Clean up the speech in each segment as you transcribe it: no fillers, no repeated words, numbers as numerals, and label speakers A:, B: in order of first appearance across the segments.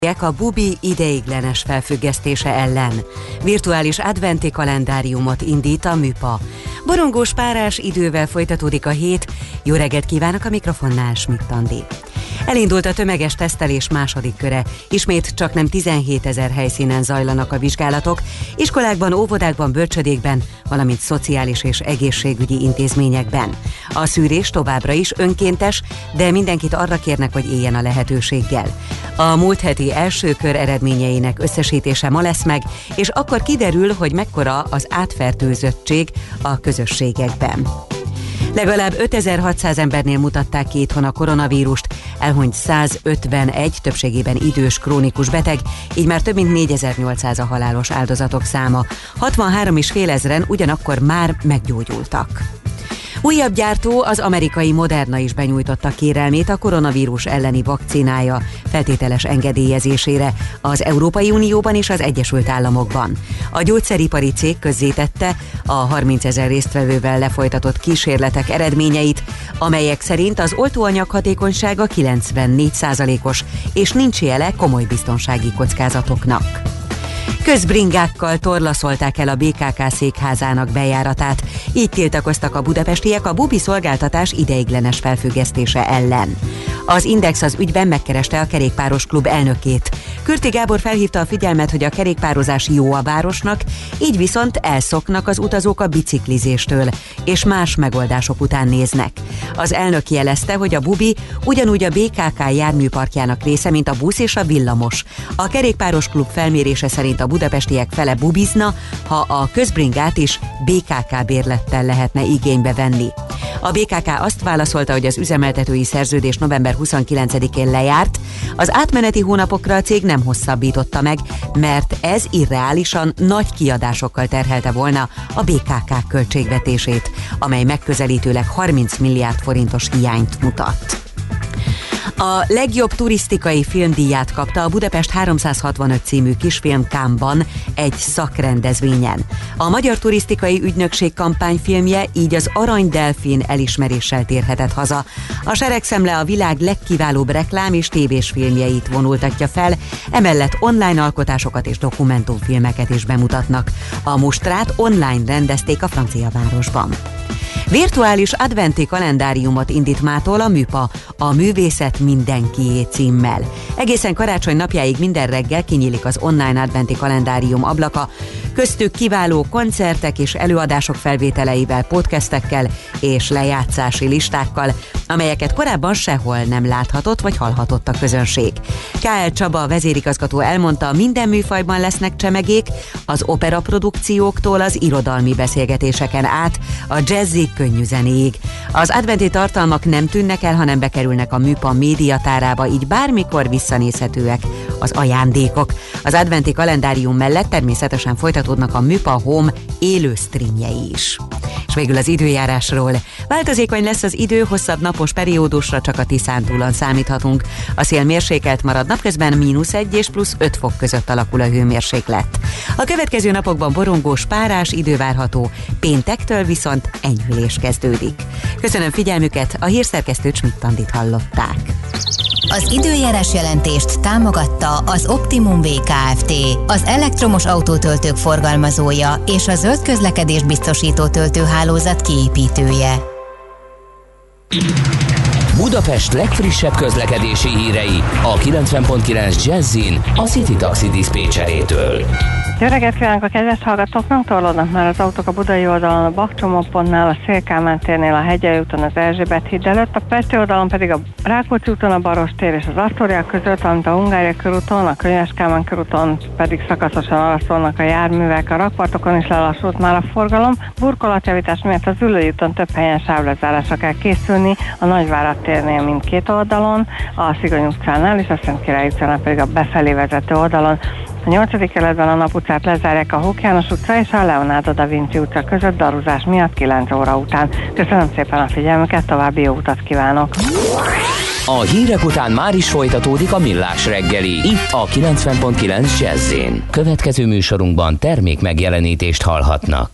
A: a bubi ideiglenes felfüggesztése ellen. Virtuális adventi kalendáriumot indít a műpa. Borongós párás idővel folytatódik a hét. Jó reggelt kívánok, a mikrofonnál Schmidt Andi. Elindult a tömeges tesztelés második köre. Ismét csaknem 17 000 helyszínen zajlanak a vizsgálatok, iskolákban, óvodákban, bölcsödékben, valamint szociális és egészségügyi intézményekben. A szűrés továbbra is önkéntes, de mindenkit arra kérnek, hogy éljen a lehetőséggel. A múlt heti első kör eredményeinek összesítése ma lesz meg, és akkor kiderül, hogy mekkora az átfertőzöttség a közösségekben. Legalább 5600 embernél mutatták ki itthon a koronavírust, elhunyt 151, többségében idős, krónikus beteg, így már több mint 4800 a halálos áldozatok száma. 63,5 ezren ugyanakkor már meggyógyultak. Újabb gyártó, az amerikai Moderna is benyújtotta kérelmét a koronavírus elleni vakcinája feltételes engedélyezésére az Európai Unióban és az Egyesült Államokban. A gyógyszeripari cég közzétette a 30 000 résztvevővel lefolytatott kísérletek eredményeit, amelyek szerint az oltóanyag hatékonysága 94%-os, és nincs jele komoly biztonsági kockázatoknak. Közbringákkal torlaszolták el a BKK székházának bejáratát, így tiltakoztak a budapestiek a bubi szolgáltatás ideiglenes felfüggesztése ellen. Az Index az ügyben megkereste a kerékpáros klub elnökét. Kürti Gábor felhívta a figyelmet, hogy a kerékpározás jó a városnak, így viszont elszoknak az utazók a biciklizéstől, és más megoldások után néznek. Az elnök jelezte, hogy a bubi ugyanúgy a BKK járműparkjának része, mint a busz és a villamos. A kerékpáros klub felmérése szerint a budapestiek fele bubizna, ha a közbringát is BKK bérlettel lehetne igénybe venni. A BKK azt válaszolta, hogy az üzemeltetői szerződés november 29-én lejárt, az átmeneti hónapokra a cég nem hosszabbította meg, mert ez irreálisan nagy kiadásokkal terhelte volna a BKK költségvetését, amely megközelítőleg 30 milliárd forintos hiányt mutat. A legjobb turisztikai filmdíját kapta a Budapest 365 című kisfilm Cannes-ban egy szakrendezvényen. A Magyar Turisztikai Ügynökség kampányfilmje így az Arany Delfin elismeréssel térhetett haza. A seregszemle a világ legkiválóbb reklám és tévés filmjeit vonultatja fel, emellett online alkotásokat és dokumentumfilmeket is bemutatnak. A mustrát online rendezték a francia városban. Virtuális adventi kalendáriumot indít mától a műpa, a művészet mindenkié címmel. Egészen karácsony napjáig minden reggel kinyílik az online adventi kalendárium ablaka, köztük kiváló koncertek és előadások felvételeivel, podcastekkel és lejátszási listákkal, amelyeket korábban sehol nem láthatott vagy hallhatott a közönség. K.L. Csaba vezérigazgató elmondta, minden műfajban lesznek csemegék, az operaprodukcióktól az irodalmi beszélgetéseken át, a jazzig, könnyű zenéig. Az adventi tartalmak nem tűnnek el, hanem bekerülnek a műpa médiatárába, így bármikor visszanézhetőek az ajándékok. Az adventi kalendárium mellett természetesen folytatódnak a műpa Home élő streamjei is. És végül az időjárásról. Változékony lesz az idő, hosszabb napos periódusra csak a Tiszántúlon számíthatunk. A szél mérsékelt marad, napközben -1 és +5 fok között alakul a hőmérséklet. A következő napokban borongós párás idő várható, péntektől viszont enyhülés kezdődik. Köszönöm figyelmüket, a hírszerkesztő Schmidt Andit hallották.
B: Az időjárás jelentést támogatta az Optimum Kft., az elektromos autótöltők forgalmazója és a zöld közlekedés biztosító töltőhálózat kiépítője.
C: Budapest legfrissebb közlekedési hírei a 90.9 Jazzin a City Taxi diszpécserétől.
D: Jó reggelt kívánok a kedves hallgatóknak! Torlódnak már az autók a budai oldalon, a Bakcsomópontnál, a Szél-Kálmán térnél, a Hegyei úton, az Erzsébet híd előtt, a Pesti oldalon pedig a Rákóczi úton, a Baros tér és az Asztória között, valamint a Hungária körúton, a Könyves Kálmán körúton pedig szakaszosan alaszolnak a járművek, a rakpartokon is lelassult már a forgalom. Burkolatjavítás miatt az Üllői úton több helyen sávlezárásra kell készülni, a Nagyvárad térnél mindkét oldalon, a Szigony utcánál és a Szentkirály utcánál pedig a befelé vezető oldalon. A 8. kerületben a Nap utcát lezárják a Hók János utca és a Leonardo da Vinci utca között darúzás miatt 9 óra után. Köszönöm szépen a figyelmüket, további jó utat kívánok!
C: A hírek után már is folytatódik a Millás reggeli, itt a 90.9 Jazz-én. Következő műsorunkban termék megjelenítést hallhatnak.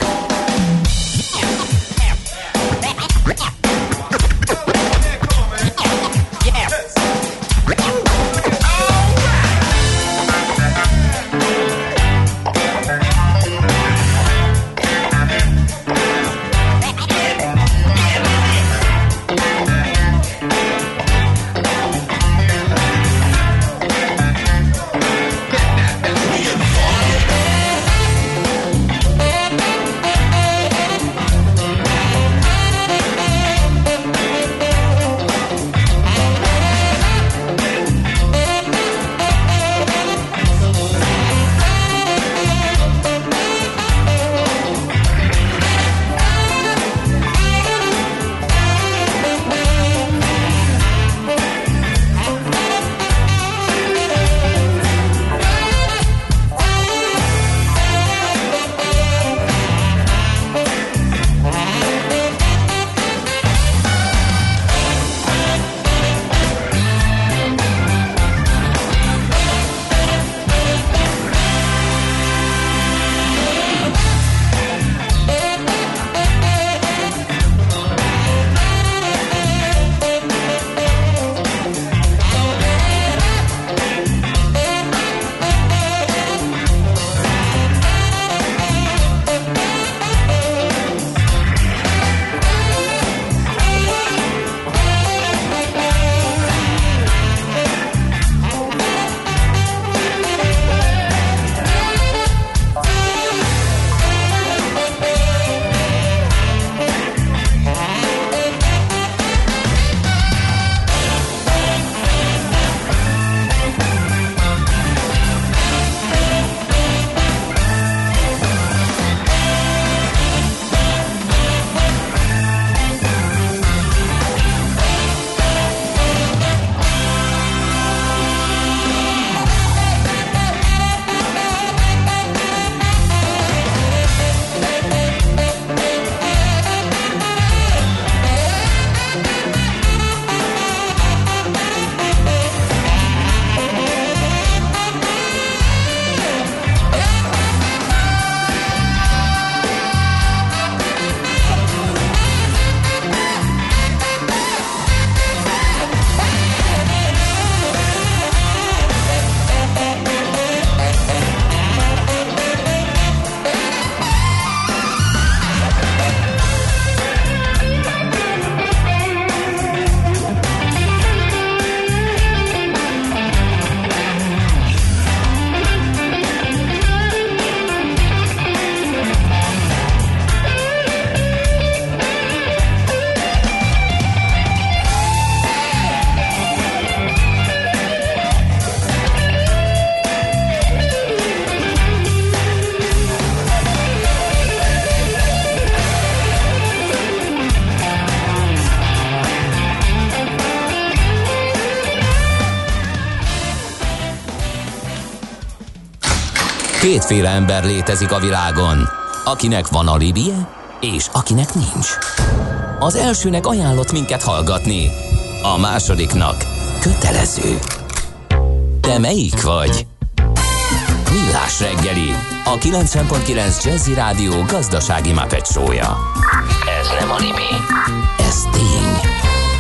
C: Kétféle ember létezik a világon, akinek van alibije, és akinek nincs. Az elsőnek ajánlott minket hallgatni, a másodiknak kötelező. Te melyik vagy? Millás reggeli, a 90.9 Jazzy Rádió gazdasági Muppet show-ja. Ez nem anime, ez tény.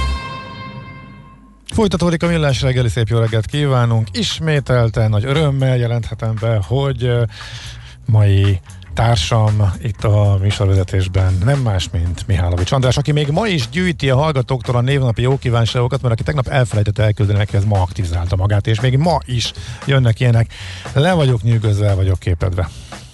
E: Folytatódik a Millás reggeli, szép jó reggelt kívánunk. Ismételten nagy örömmel jelenthetem be, hogy mai társam itt a műsorvezetésben nem más, mint Mihálovics András, aki még ma is gyűjti a hallgatóktól a névnapi jókívánságokat, mert aki tegnap elfelejtett elküldeni neki, ez ma aktivizálta magát, és még ma is jönnek ilyenek. Le vagyok nyűgözve, vagyok képedve.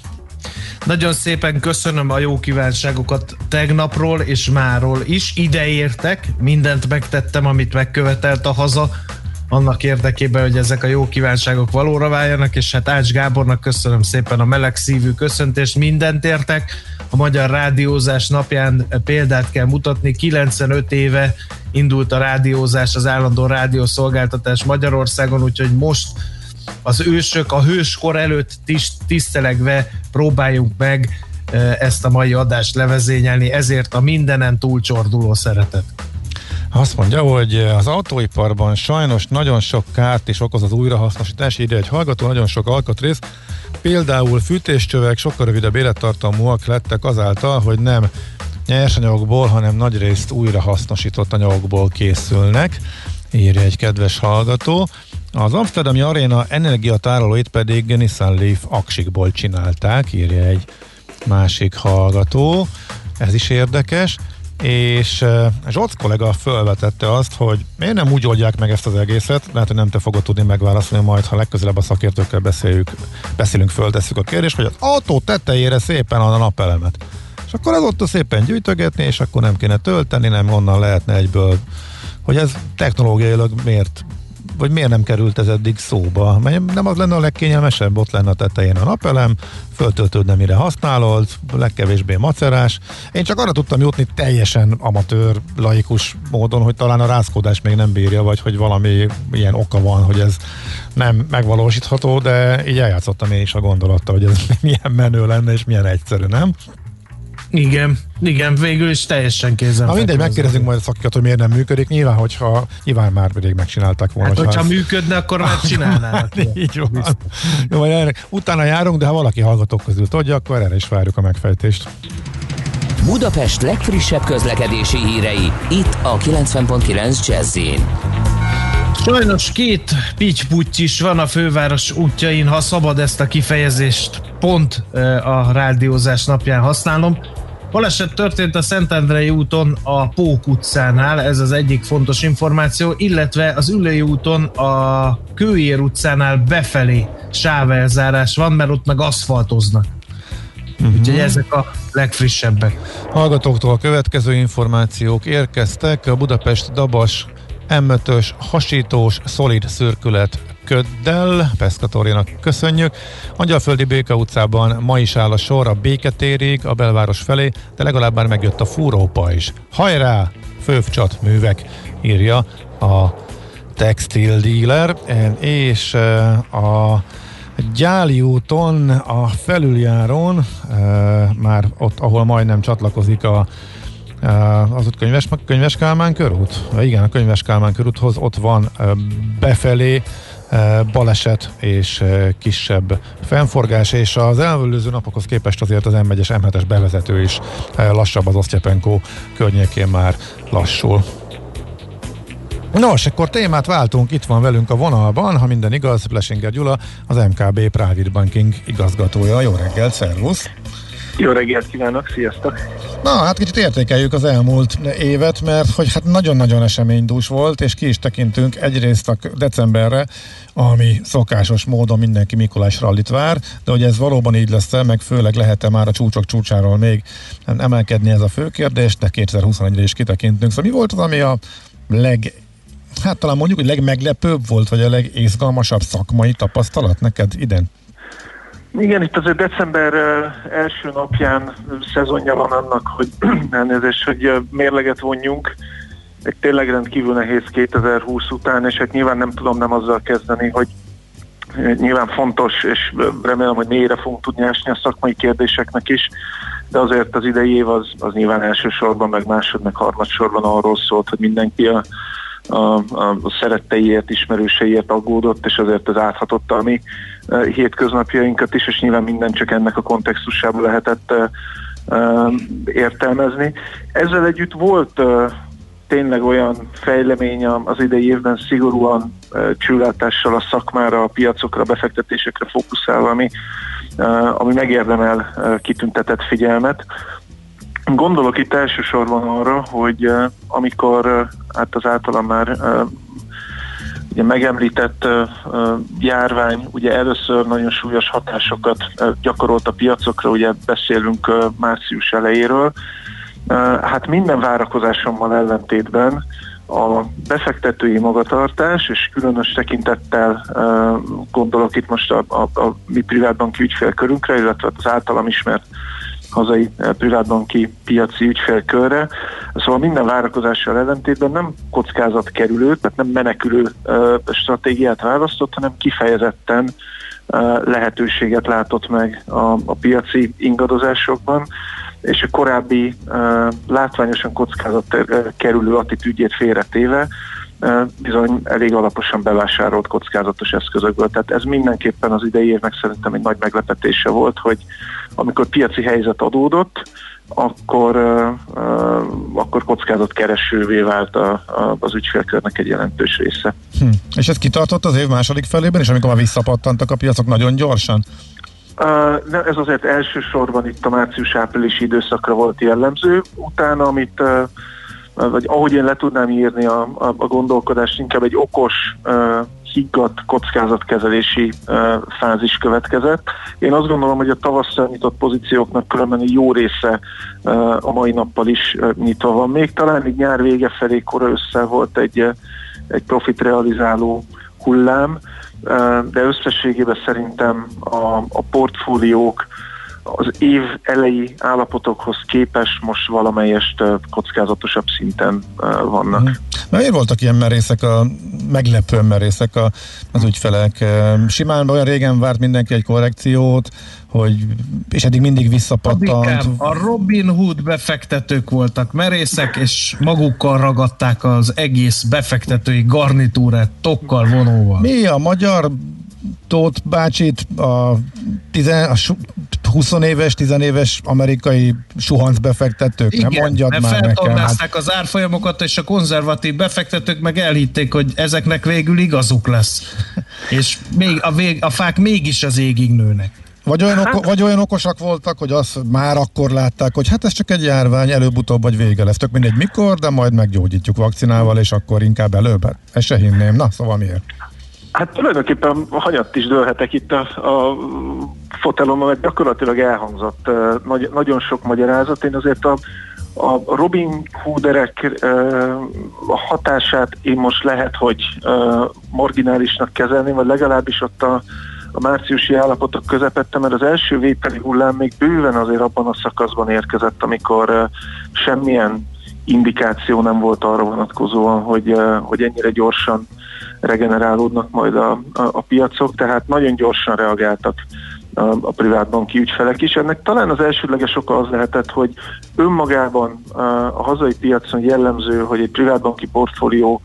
F: Nagyon szépen köszönöm a jó kívánságokat tegnapról és máról is. Ideértek, mindent megtettem, amit megkövetelt a haza, annak érdekében, hogy ezek a jó kívánságok valóra váljanak, és hát Ács Gábornak köszönöm szépen a meleg szívű köszöntést, mindent értek. A Magyar Rádiózás napján példát kell mutatni, 95 éve indult a rádiózás, az állandó rádiószolgáltatás Magyarországon, úgyhogy most az ősök a hőskor előtt tisztelegve próbáljunk meg ezt a mai adást levezényelni, ezért a mindenen túlcsorduló szeretet.
E: Azt mondja, hogy az autóiparban sajnos nagyon sok kárt is okoz az újrahasznosítás, ide egy hallgató, nagyon sok alkatrész, például fűtéscsövek sokkal rövidebb élettartamúak lettek azáltal, hogy nem nyersanyagokból, hanem nagyrészt újrahasznosított anyagokból készülnek, írja egy kedves hallgató. Az Amsterdami Aréna energiatárolóit pedig Nissan Leaf aksikból csinálták, írja egy másik hallgató. Ez is érdekes. És Zsoc kollega felvetette azt, hogy miért nem úgy oldják meg ezt az egészet, lehet, hogy nem te fogod tudni megválaszolni, majd ha legközelebb a szakértőkkel beszélünk, föltesszük a kérdést, hogy az autó tetejére szépen ad a napelemet. És akkor az ott szépen gyűjtögetni, és akkor nem kéne tölteni, nem onnan lehetne egyből, hogy ez technológiailag miért nem került ez eddig szóba. Mert nem az lenne a legkényelmesebb, ott lenne a tetején a napelem, föltöltődne, mire használod, legkevésbé macerás. Én csak arra tudtam jutni teljesen amatőr, laikus módon, hogy talán a rázkódás még nem bírja, vagy hogy valami ilyen oka van, hogy ez nem megvalósítható, de így eljátszottam én is a gondolattal, hogy ez milyen menő lenne, és milyen egyszerű, nem? Igen, végül is teljesen kézen. Na mindegy, megkérdezünk majd a szakikat, hogy miért nem működik. Nyilván már pedig megcsinálták volna.
F: Hát, hogyha működne, akkor már csinálnának.
E: Így van. Jó, utána járunk, de ha valaki hallgatók közül tudja, akkor erre is várjuk a megfejtést.
C: Budapest legfrissebb közlekedési hírei, itt a 90.9 Jazz-in.
F: Sajnos két pitty-putty is van a főváros útjain, ha szabad ezt a kifejezést pont a rádiózás napján használom. Baleset történt a Szentendrei úton a Pók utcánál, ez az egyik fontos információ, illetve az Üllői úton a Kőér utcánál befelé sávelzárás van, mert ott meg aszfaltoznak. Úgyhogy ezek a legfrissebbek.
E: Hallgatóktól a következő információk érkeztek. A Budapest-Dabas M5-ös hasítós szolid szürkület köddel, Peszkatórinak köszönjük. Angyalföldi Béka utcában ma is áll a sor a Béketérig, a belváros felé, de legalább már megjött a fúrópajzs. Hajrá! Fővcsat művek, írja a textil dealer, és a Gyáli úton, a felüljárón, már ott, ahol majdnem csatlakozik az ott Könyves Kálmán körút? Igen, a Könyves Kálmán körúthoz ott van befelé baleset és kisebb fennforgás, és az előző napokhoz képest azért az M1-es, M7-es bevezető is lassabb, az Osztyepenko környékén már lassul. Nos, akkor témát váltunk, itt van velünk a vonalban, ha minden igaz, Plesinger Gyula, az MKB Private Banking igazgatója. Jó reggelt, szervusz!
G: Jó reggelt kívánok, sziasztok!
E: Na, hát kicsit értékeljük az elmúlt évet, mert hogy hát nagyon-nagyon eseménydús volt, és ki is tekintünk egyrészt a decemberre, ami szokásos módon mindenki Mikulás rallit vár, de hogy ez valóban így lesz, meg főleg lehet-e már a csúcsok csúcsáról még emelkedni, ez a fő kérdés, de 2021-re is kitekintünk. Szóval mi volt az, ami a talán mondjuk, hogy legmeglepőbb volt, vagy a legizgalmasabb szakmai tapasztalat neked idén?
G: Igen, itt azért december első napján szezonja van annak, hogy elnézést, hogy mérleget vonjunk. Egy tényleg rendkívül nehéz 2020 után, és hát nyilván nem tudom nem azzal kezdeni, hogy nyilván fontos, és remélem, hogy mélyre fogunk tudni esni a szakmai kérdéseknek is, de azért az idei év az nyilván elsősorban, meg meg harmadsorban arról szólt, hogy mindenki a szeretteiért, ismerőseiért aggódott, és azért ez áthatotta a mi hétköznapjainkat is, és nyilván minden csak ennek a kontextusában lehetett értelmezni. Ezzel együtt volt tényleg olyan fejlemény az idei évben, szigorúan csőlátással a szakmára, a piacokra, befektetésekre fókuszálva, ami megérdemel kitüntetett figyelmet. Gondolok itt elsősorban arra, hogy amikor hát az általam már ugye megemlített járvány ugye először nagyon súlyos hatásokat gyakorolt a piacokra, ugye beszélünk március elejéről, hát minden várakozásommal ellentétben a befektetői magatartás, és különös tekintettel gondolok itt most a mi privátbanki ügyfélkörünkre, illetve az általam ismert hazai privátbanki piaci ügyfélkörre. Szóval minden várakozással ellentétben nem kockázatkerülő, tehát nem menekülő stratégiát választott, hanem kifejezetten lehetőséget látott meg a piaci ingadozásokban, és a korábbi látványosan kockázatkerülő attitűdjét félretéve bizony elég alaposan bevásárolt kockázatos eszközökből. Tehát ez mindenképpen az idei évnek szerintem egy nagy meglepetése volt, hogy amikor piaci helyzet adódott, akkor kockázatkeresővé vált az ügyfélkörnek egy jelentős része.
E: És ez kitartott az év második felében, és amikor már visszapattantak a piacok nagyon gyorsan?
G: Ez azért elsősorban itt a március-áprilisi időszakra volt jellemző. Utána, vagy ahogy én le tudnám írni a gondolkodást, inkább egy okos, higgadt kockázatkezelési fázis következett. Én azt gondolom, hogy a tavasszal nyitott pozícióknak különben jó része a mai nappal is nyitva van. Még talán így nyár vége felé, kora össze volt egy profit realizáló hullám, de összességében szerintem a portfóliók az év elejé állapotokhoz képest most valamelyest kockázatosabb szinten vannak.
E: Miért voltak ilyen merészek, meglepően merészek az ügyfelek? Simán olyan régen várt mindenki egy korrekciót, és eddig mindig visszapattant.
F: A Robin Hood befektetők voltak merészek, és magukkal ragadták az egész befektetői garnitúrát tokkal, vonóval.
E: Mi a magyar Tóth bácsit, a 20 éves, 10 éves amerikai suhanc befektetők?
F: Igen,
E: nem mondjad már nekem.
F: Feltornázták az árfolyamokat, és a konzervatív befektetők meg elhitték, hogy ezeknek végül igazuk lesz. És a fák mégis az égig nőnek.
E: Vagy olyan okosak voltak, hogy azt már akkor látták, hogy hát ez csak egy járvány, előbb-utóbb vagy vége lesz. Tök mindegy mikor, de majd meggyógyítjuk vakcinával, és akkor inkább előbb. Ezt se hinném. Na, szóval miért?
G: Hát tulajdonképpen hanyatt is dőlhetek itt a fotelon, mert gyakorlatilag elhangzott nagyon sok magyarázat. Én azért a Robin Hooderek hatását én most lehet, hogy marginálisnak kezelni, vagy legalábbis ott a márciusi állapotok közepette, mert az első vételi hullám még bőven azért abban a szakaszban érkezett, amikor semmilyen indikáció nem volt arra vonatkozóan, hogy ennyire gyorsan regenerálódnak majd a piacok, tehát nagyon gyorsan reagáltak a privátbanki ügyfelek is. Ennek talán az elsődleges oka az lehetett, hogy önmagában a hazai piacon jellemző, hogy egy privátbanki portfólió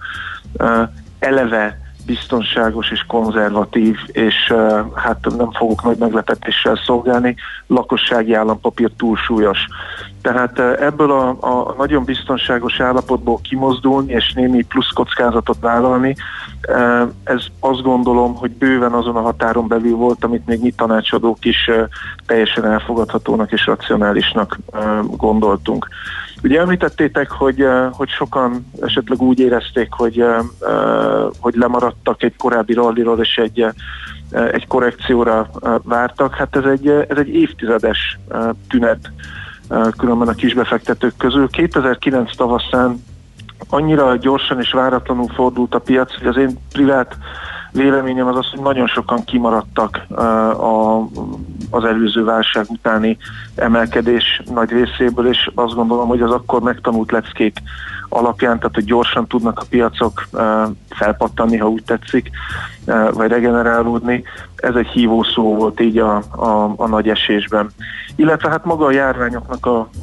G: eleve biztonságos és konzervatív, és hát nem fogok nagy meglepetéssel szolgálni, lakossági állampapír túlsúlyos. Tehát ebből a nagyon biztonságos állapotból kimozdulni és némi plusz kockázatot vállalni, ez azt gondolom, hogy bőven azon a határon belül volt, amit még mi tanácsadók is teljesen elfogadhatónak és racionálisnak gondoltunk. Ugye említettétek, hogy sokan esetleg úgy érezték, hogy lemaradtak egy korábbi ralliról, és egy korrekcióra vártak. Hát ez egy évtizedes tünet különben a kisbefektetők közül. 2009 tavaszán annyira gyorsan és váratlanul fordult a piac, hogy az én privát véleményem az, hogy nagyon sokan kimaradtak az előző válság utáni emelkedés nagy részéből, és azt gondolom, hogy az akkor megtanult leckék alapján, tehát hogy gyorsan tudnak a piacok felpattanni, ha úgy tetszik, vagy regenerálódni. Ez egy hívószó volt így a nagy esésben. Illetve hát maga a járványoknak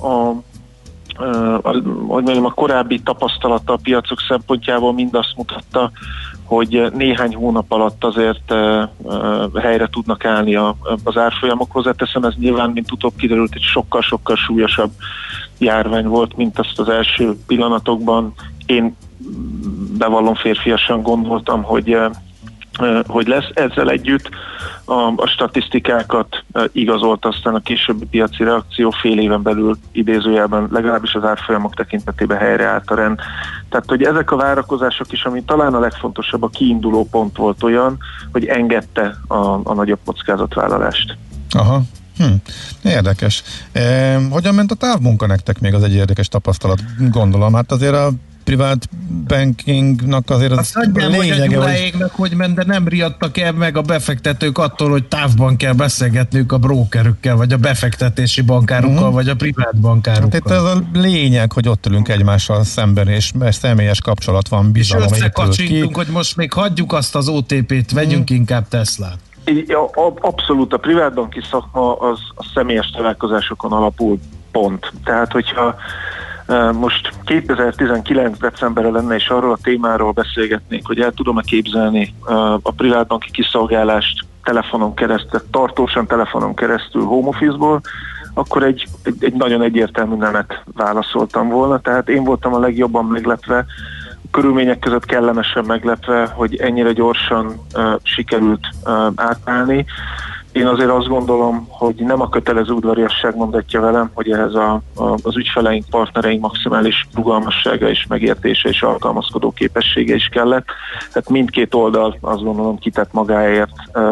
G: a korábbi tapasztalata a piacok szempontjából mind azt mutatta, hogy néhány hónap alatt azért helyre tudnak állni az árfolyamok. Hozzáteszem, ez nyilván, mint utóbb kiderült, egy sokkal-sokkal súlyosabb járvány volt, mint azt az első pillanatokban. Én bevallom férfiasan gondoltam, hogy lesz. Ezzel együtt a statisztikákat igazolta aztán a későbbi piaci reakció, fél éven belül idézőjelben legalábbis az árfolyamok tekintetében helyreállt a rend. Tehát, hogy ezek a várakozások is, ami talán a legfontosabb, a kiinduló pont volt olyan, hogy engedte a nagyobb kockázatvállalást.
E: Aha. Érdekes. Hogyan ment a távmunka nektek? Még az egy érdekes tapasztalat, gondolom. Hát azért a privát bankingnak azért az lényege,
F: hogy ment, de nem riadtak el meg a befektetők attól, hogy távban kell beszélgetniük a brókerükkel, vagy a befektetési bankárukkal, vagy a privát bankárukkal.
E: Hát itt ez a lényeg, hogy ott ülünk egymással szemben, és személyes kapcsolat van, bizalom.
F: És összekacsintunk, hogy most még hagyjuk azt az OTP-t, vegyünk inkább Teslát.
G: Abszolút, a privátbanki szakma az a személyes találkozásokon alapul, pont. Tehát, hogyha most 2019. decemberre lenne, és arról a témáról beszélgetnénk, hogy el tudom-e képzelni a privátbanki kiszolgálást telefonon keresztül, tartósan telefonon keresztül home office-ból, akkor egy nagyon egyértelmű nemet válaszoltam volna. Tehát én voltam a legjobban meglepve, körülmények között kellemesen meglepve, hogy ennyire gyorsan sikerült átállni. Én azért azt gondolom, hogy nem a kötelező udvariasság mondatja velem, hogy ehhez az ügyfeleink, partnereink maximális rugalmassága és megértése és alkalmazkodó képessége is kellett. Tehát mindkét oldal azt gondolom kitett magáért,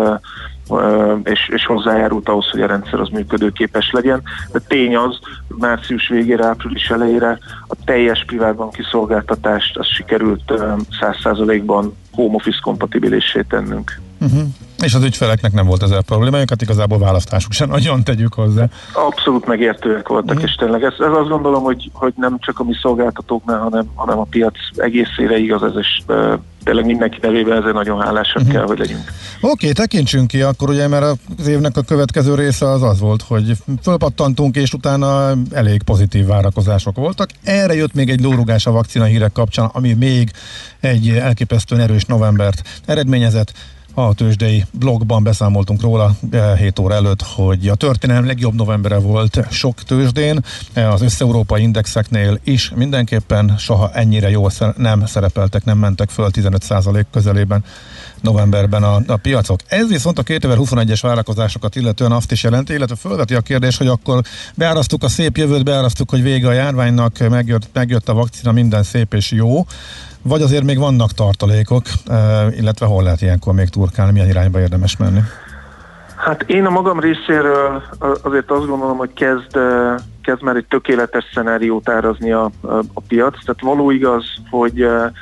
G: és hozzájárult ahhoz, hogy a rendszer az működőképes legyen. De tény az, március végére, április elejére a teljes privátbanki szolgáltatást az sikerült 100%-ban home office kompatibilissé tennünk.
E: És az ügyfeleknek nem volt ezzel problémájukat, igazából választásuk sem nagyon, tegyük hozzá.
G: Abszolút megértőek voltak, és tényleg ez azt gondolom, hogy nem csak a mi szolgáltatóknál, hanem a piac egészére igaz ez, és tényleg mindenki nevében ezért nagyon hálásak kell, hogy legyünk.
E: Oké, tekintsünk ki akkor, ugye, mert az évnek a következő része az volt, hogy fölpattantunk, és utána elég pozitív várakozások voltak. Erre jött még egy lórugás a vakcina hírek kapcsán, ami még egy elképesztően erős novembert eredményezett. A tőzsdei blogban beszámoltunk róla 7 óra előtt, hogy a történelem legjobb novembere volt sok tőzsdén, az összeurópai indexeknél is mindenképpen soha ennyire jól nem szerepeltek, nem mentek föl 15% közelében novemberben a piacok. Ez viszont a 2021-es várakozásokat illetően azt is jelenti, illetve fölveti a kérdés, hogy akkor beárasztuk a szép jövőt, beárasztuk, hogy vége a járványnak, megjött a vakcina, minden szép és jó, vagy azért még vannak tartalékok, illetve hol lehet ilyenkor még turkálni, milyen irányba érdemes menni?
G: Hát én a magam részéről azért azt gondolom, hogy kezd már egy tökéletes szenáriót árazni a piac. Tehát való igaz, hogy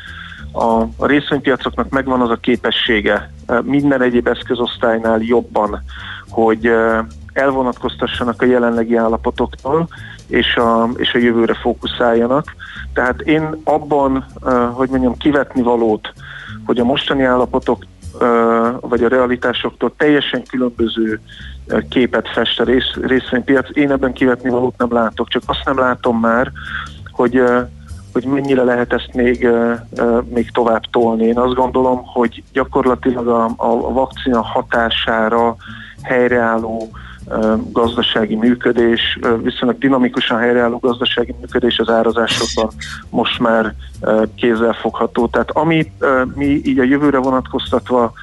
G: a részvénypiacoknak megvan az a képessége minden egyéb eszközosztálynál jobban, hogy elvonatkoztassanak a jelenlegi állapotoktól, és a jövőre fókuszáljanak. Tehát én abban, hogy mondjam, kivetni valót, hogy a mostani állapotok vagy a realitásoktól teljesen különböző képet fest a részvénypiac, én ebben kivetni valót nem látok, csak azt nem látom már, hogy mennyire lehet ezt még tovább tolni. Én azt gondolom, hogy gyakorlatilag a vakcina hatására helyreálló gazdasági működés, viszonylag dinamikusan helyreálló gazdasági működés az árazásokban most már kézzelfogható. Tehát ami mi így a jövőre vonatkoztatva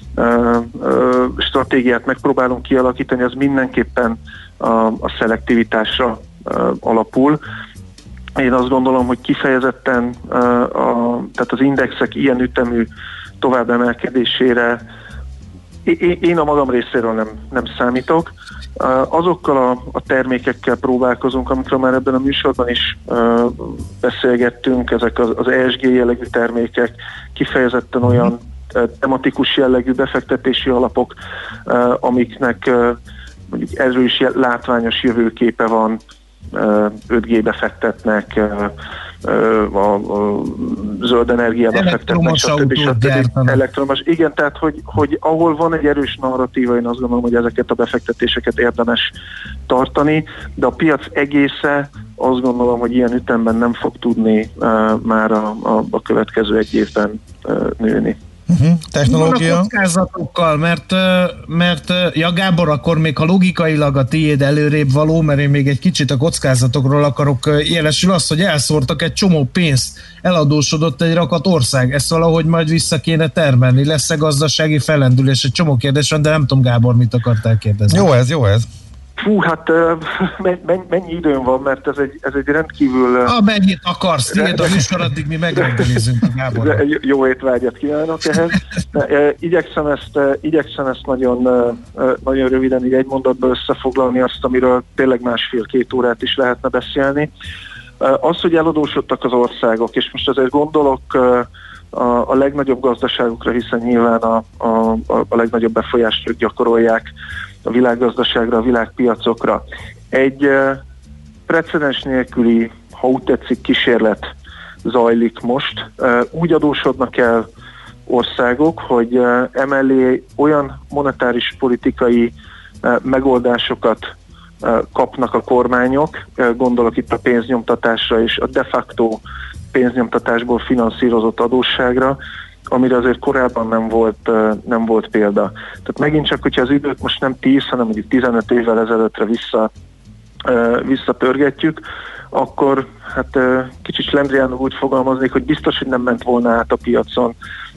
G: stratégiát megpróbálunk kialakítani, az mindenképpen a szelektivitásra alapul. Én azt gondolom, hogy kifejezetten tehát az indexek ilyen ütemű továbbemelkedésére én a magam részéről nem számítok. Azokkal a termékekkel próbálkozunk, amikről már ebben a műsorban is beszélgettünk, ezek az ESG jellegű termékek, kifejezetten olyan tematikus jellegű befektetési alapok, amiknek mondjuk erről is látványos jövőképe van, 5G-be fektetnek, a zöld energiába fektetnek, stb. Elektromos. Igen, tehát hogy ahol van egy erős narratíva, én azt gondolom, hogy ezeket a befektetéseket érdemes tartani, de a piac egésze azt gondolom, hogy ilyen ütemben nem fog tudni már a következő egy évben nőni.
F: Technológia. A kockázatokkal, mert Gábor, akkor még ha logikailag a tiéd előrébb való, mert én még egy kicsit a kockázatokról akarok, jelesül az, hogy elszórtak egy csomó pénzt, eladósodott egy rakat ország, ezt valahogy majd vissza kéne termelni, lesz-e gazdasági fellendülés, egy csomó kérdés van, de nem tudom, Gábor, mit akartál kérdezni.
E: Jó ez.
G: Fú, hát mennyi időn van, mert ez egy rendkívül...
F: Mennyit akarsz, tiéd a műsor, addig mi megrendelizünk a Gáborra.
G: Jó étvágyat kívánok ehhez. Igyekszem ezt nagyon röviden így egy mondatba összefoglalni azt, amiről tényleg 1,5-2 órát is lehetne beszélni. Az, hogy eladósodtak az országok, és most azért gondolok a legnagyobb gazdaságokra, hiszen nyilván a legnagyobb befolyást ők gyakorolják a világgazdaságra, a világpiacokra. Egy precedens nélküli, ha úgy tetszik, kísérlet zajlik most. Úgy adósodnak el országok, hogy emellé olyan monetáris politikai megoldásokat kapnak a kormányok, gondolok itt a pénznyomtatásra és a de facto pénznyomtatásból finanszírozott adósságra, amire azért korábban nem volt példa. Tehát megint csak, hogyha az időt most nem 10, hanem mondjuk 15 évvel ezelőttre visszapörgetjük, akkor hát kicsit slendriánul úgy fogalmaznék, hogy biztos, hogy nem ment volna át a piacon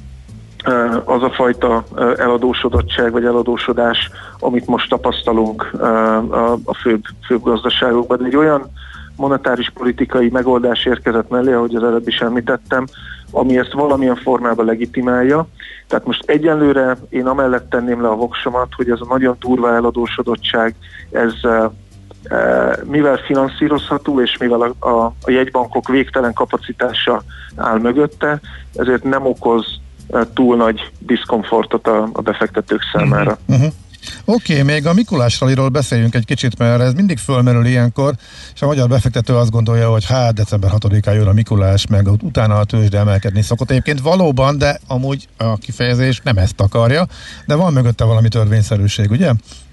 G: az a fajta eladósodottság vagy eladósodás, amit most tapasztalunk a főbb gazdaságokban. De egy olyan monetáris politikai megoldás érkezett mellé, ahogy az előbb is említettem, ami ezt valamilyen formában legitimálja. Tehát most egyenlőre én amellett tenném le a voksomat, hogy ez a nagyon durva eladósodottság, ez mivel finanszírozható, és mivel a jegybankok végtelen kapacitása áll mögötte, ezért nem okoz túl nagy diszkomfortot a befektetők számára.
E: Oké, még a Mikulás ralliról beszéljünk egy kicsit, mert ez mindig fölmerül ilyenkor, és a magyar befektető azt gondolja, hogy december 6-án jön a Mikulás, meg utána a tőzsde emelkedni szokott. Egyébként valóban, de amúgy a kifejezés nem ezt akarja, de van mögötte valami törvényszerűség, ugye?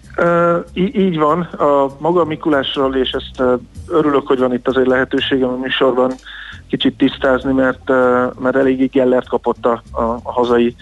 G: Így van. A maga Mikulás rally, és ezt örülök, hogy van itt azért lehetőségem a műsorban kicsit tisztázni, mert eléggé gellert kapott a hazai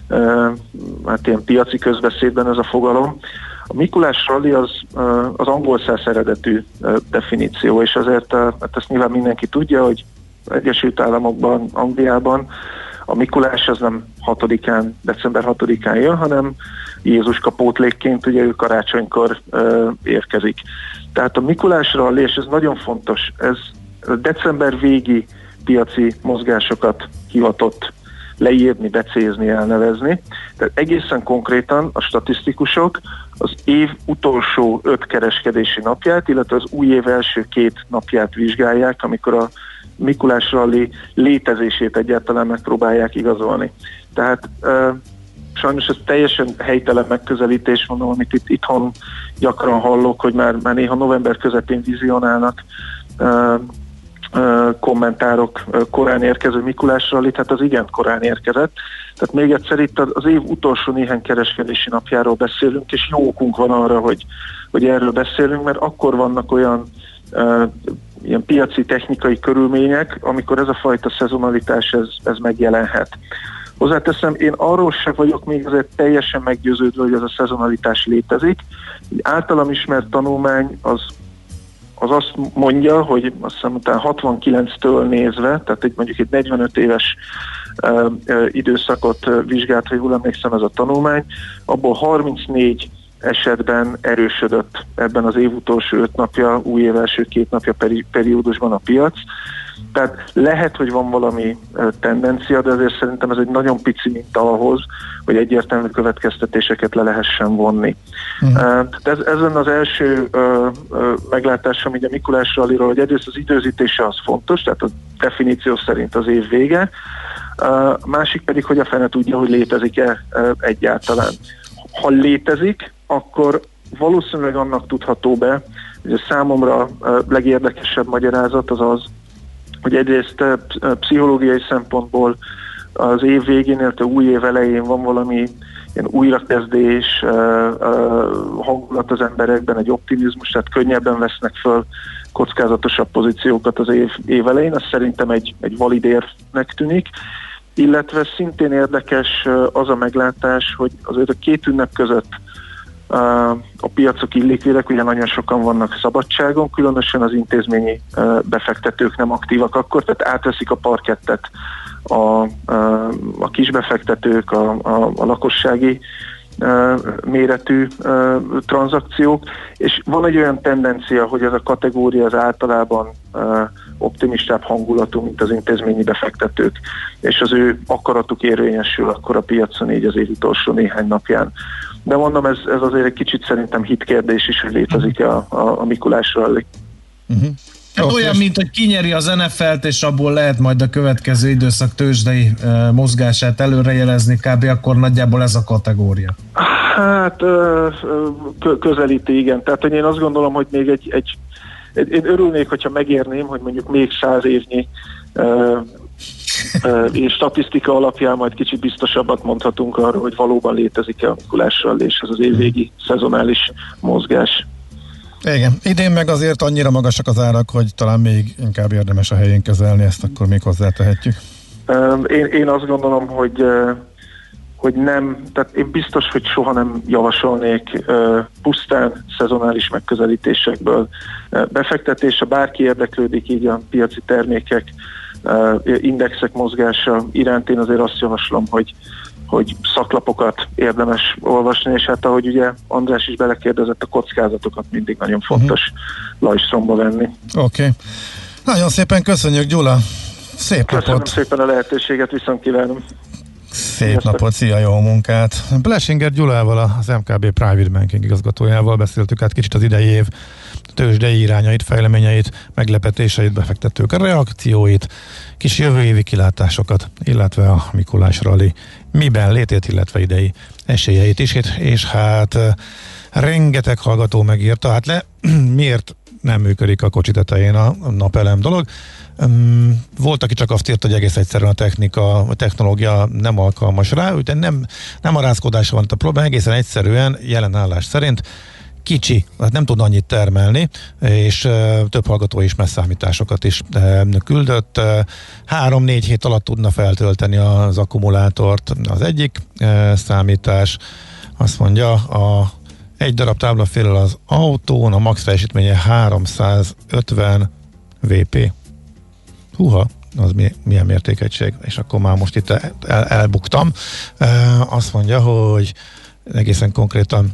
G: hát ilyen piaci közbeszédben ez a fogalom. A Mikulás rally az angol száz eredetű definíció, és azért hát ezt nyilván mindenki tudja, hogy Egyesült Államokban, Angliában a Mikulás az nem 6-án, december 6-án jön, hanem Jézuska pótlékként, ugye ő karácsonykor érkezik. Tehát a Mikulás rally, és ez nagyon fontos, ez december végi piaci mozgásokat hivatott leírni, becézni, elnevezni. Tehát egészen konkrétan a statisztikusok az év utolsó 5 kereskedési napját, illetve az új év első 2 napját vizsgálják, amikor a Mikulás rally létezését egyáltalán megpróbálják igazolni. Tehát sajnos ez teljesen helytelen megközelítés, mondom, amit itt itthon gyakran hallok, hogy már néha november közepén vizionálnak kommentárok korán érkező Mikulás rallit, hát az igen korán érkezett. Tehát még egyszer itt az év utolsó néhány kereskedési napjáról beszélünk, és jó okunk van arra, hogy erről beszélünk, mert akkor vannak olyan ilyen piaci technikai körülmények, amikor ez a fajta szezonalitás ez megjelenhet. Hozzáteszem, én arról sem vagyok még azért teljesen meggyőződve, hogy ez a szezonalitás létezik. Egy általam ismert tanulmány az azt mondja, hogy azt hiszem utána 69-től nézve, tehát mondjuk egy 45 éves időszakot vizsgált, ha jól emlékszem ez a tanulmány, abból 34 esetben erősödött ebben az év utolsó 5 napja, új év első 2 napja periódusban a piac. Tehát lehet, hogy van valami tendencia, de azért szerintem ez egy nagyon pici minta ahhoz, hogy egyértelmű következtetéseket le lehessen vonni. Ez lenne az első meglátásom így a Mikulás ralliról, hogy egyrészt az időzítése az fontos, tehát a definíció szerint az év vége, másik pedig, hogy a fene tudja, hogy létezik-e egyáltalán. Ha létezik, akkor valószínűleg annak tudható be, hogy a számomra legérdekesebb magyarázat az, hogy egyrészt pszichológiai szempontból az év végén, illetve új év elején van valami ilyen újrakezdés, hangulat az emberekben, egy optimizmus, tehát könnyebben vesznek föl kockázatosabb pozíciókat az év elején, az szerintem egy valid érvnek tűnik, illetve szintén érdekes az a meglátás, hogy azért a két ünnep között a piacok illikvidek, ugye nagyon sokan vannak szabadságon, különösen az intézményi befektetők nem aktívak akkor, tehát átveszik a parkettet a kisbefektetők, a lakossági méretű tranzakciók, és van egy olyan tendencia, hogy ez a kategória az általában optimistább hangulatú, mint az intézményi befektetők, és az ő akaratuk érvényesül akkor a piacon így az év utolsó néhány napján. De mondom, ez azért egy kicsit szerintem hitkérdés is, hogy létezik a Mikulás rally.
F: Olyan, mint hogy kinyeri az NFL-t, és abból lehet majd a következő időszak tőzsdei mozgását előrejelezni, kb. Akkor nagyjából ez a kategória.
G: Hát közelíti, igen. Tehát hogy én azt gondolom, hogy még én örülnék, hogyha megérném, hogy mondjuk még 100 évnyi és statisztika alapján majd kicsit biztosabbat mondhatunk arról, hogy valóban létezik-e a Mikulás rally, és ez az évvégi szezonális mozgás.
E: Igen, idén meg azért annyira magasak az árak, hogy talán még inkább érdemes a helyén kezelni, ezt akkor még hozzátehetjük.
G: Én azt gondolom, hogy nem, tehát én biztos, hogy soha nem javasolnék pusztán szezonális megközelítésekből befektetés. Ha bárki érdeklődik így a piaci termékek, indexek mozgása iránt, én azért azt javaslom, hogy szaklapokat érdemes olvasni, és hát ahogy ugye András is belekérdezett, a kockázatokat mindig nagyon fontos lajstromba venni.
E: Oké. Nagyon szépen köszönjük, Gyula! Szép
G: Köszönöm
E: napot!
G: Szépen a lehetőséget, viszont kívánom!
E: Szép napot, szia, jó munkát! Blesinger Gyulával, az MKB Private Banking igazgatójával beszéltük át kicsit az idei év tőzsdei irányait, fejleményeit, meglepetéseit, befektetők reakcióit, kis jövő évi kilátásokat, illetve a Mikulás rally miben létét, illetve idei esélyeit is, és hát rengeteg hallgató megírta, hát miért nem működik a kocsi tetején a napelem dolog. Volt, aki csak azt írt, hogy egész egyszerűen a technológia nem alkalmas rá, de nem a rázkodásra van a probléma, egészen egyszerűen jelen állás szerint kicsi, hát nem tud annyit termelni, és több hallgató is messzámításokat is küldött. 3-4 hét alatt tudna feltölteni az akkumulátort az egyik számítás. Azt mondja, egy darab táblaféllel az autón, a max teljesítménye 350 VP. Húha, az milyen mértékegység, és akkor már most itt elbuktam. Azt mondja, hogy egészen konkrétan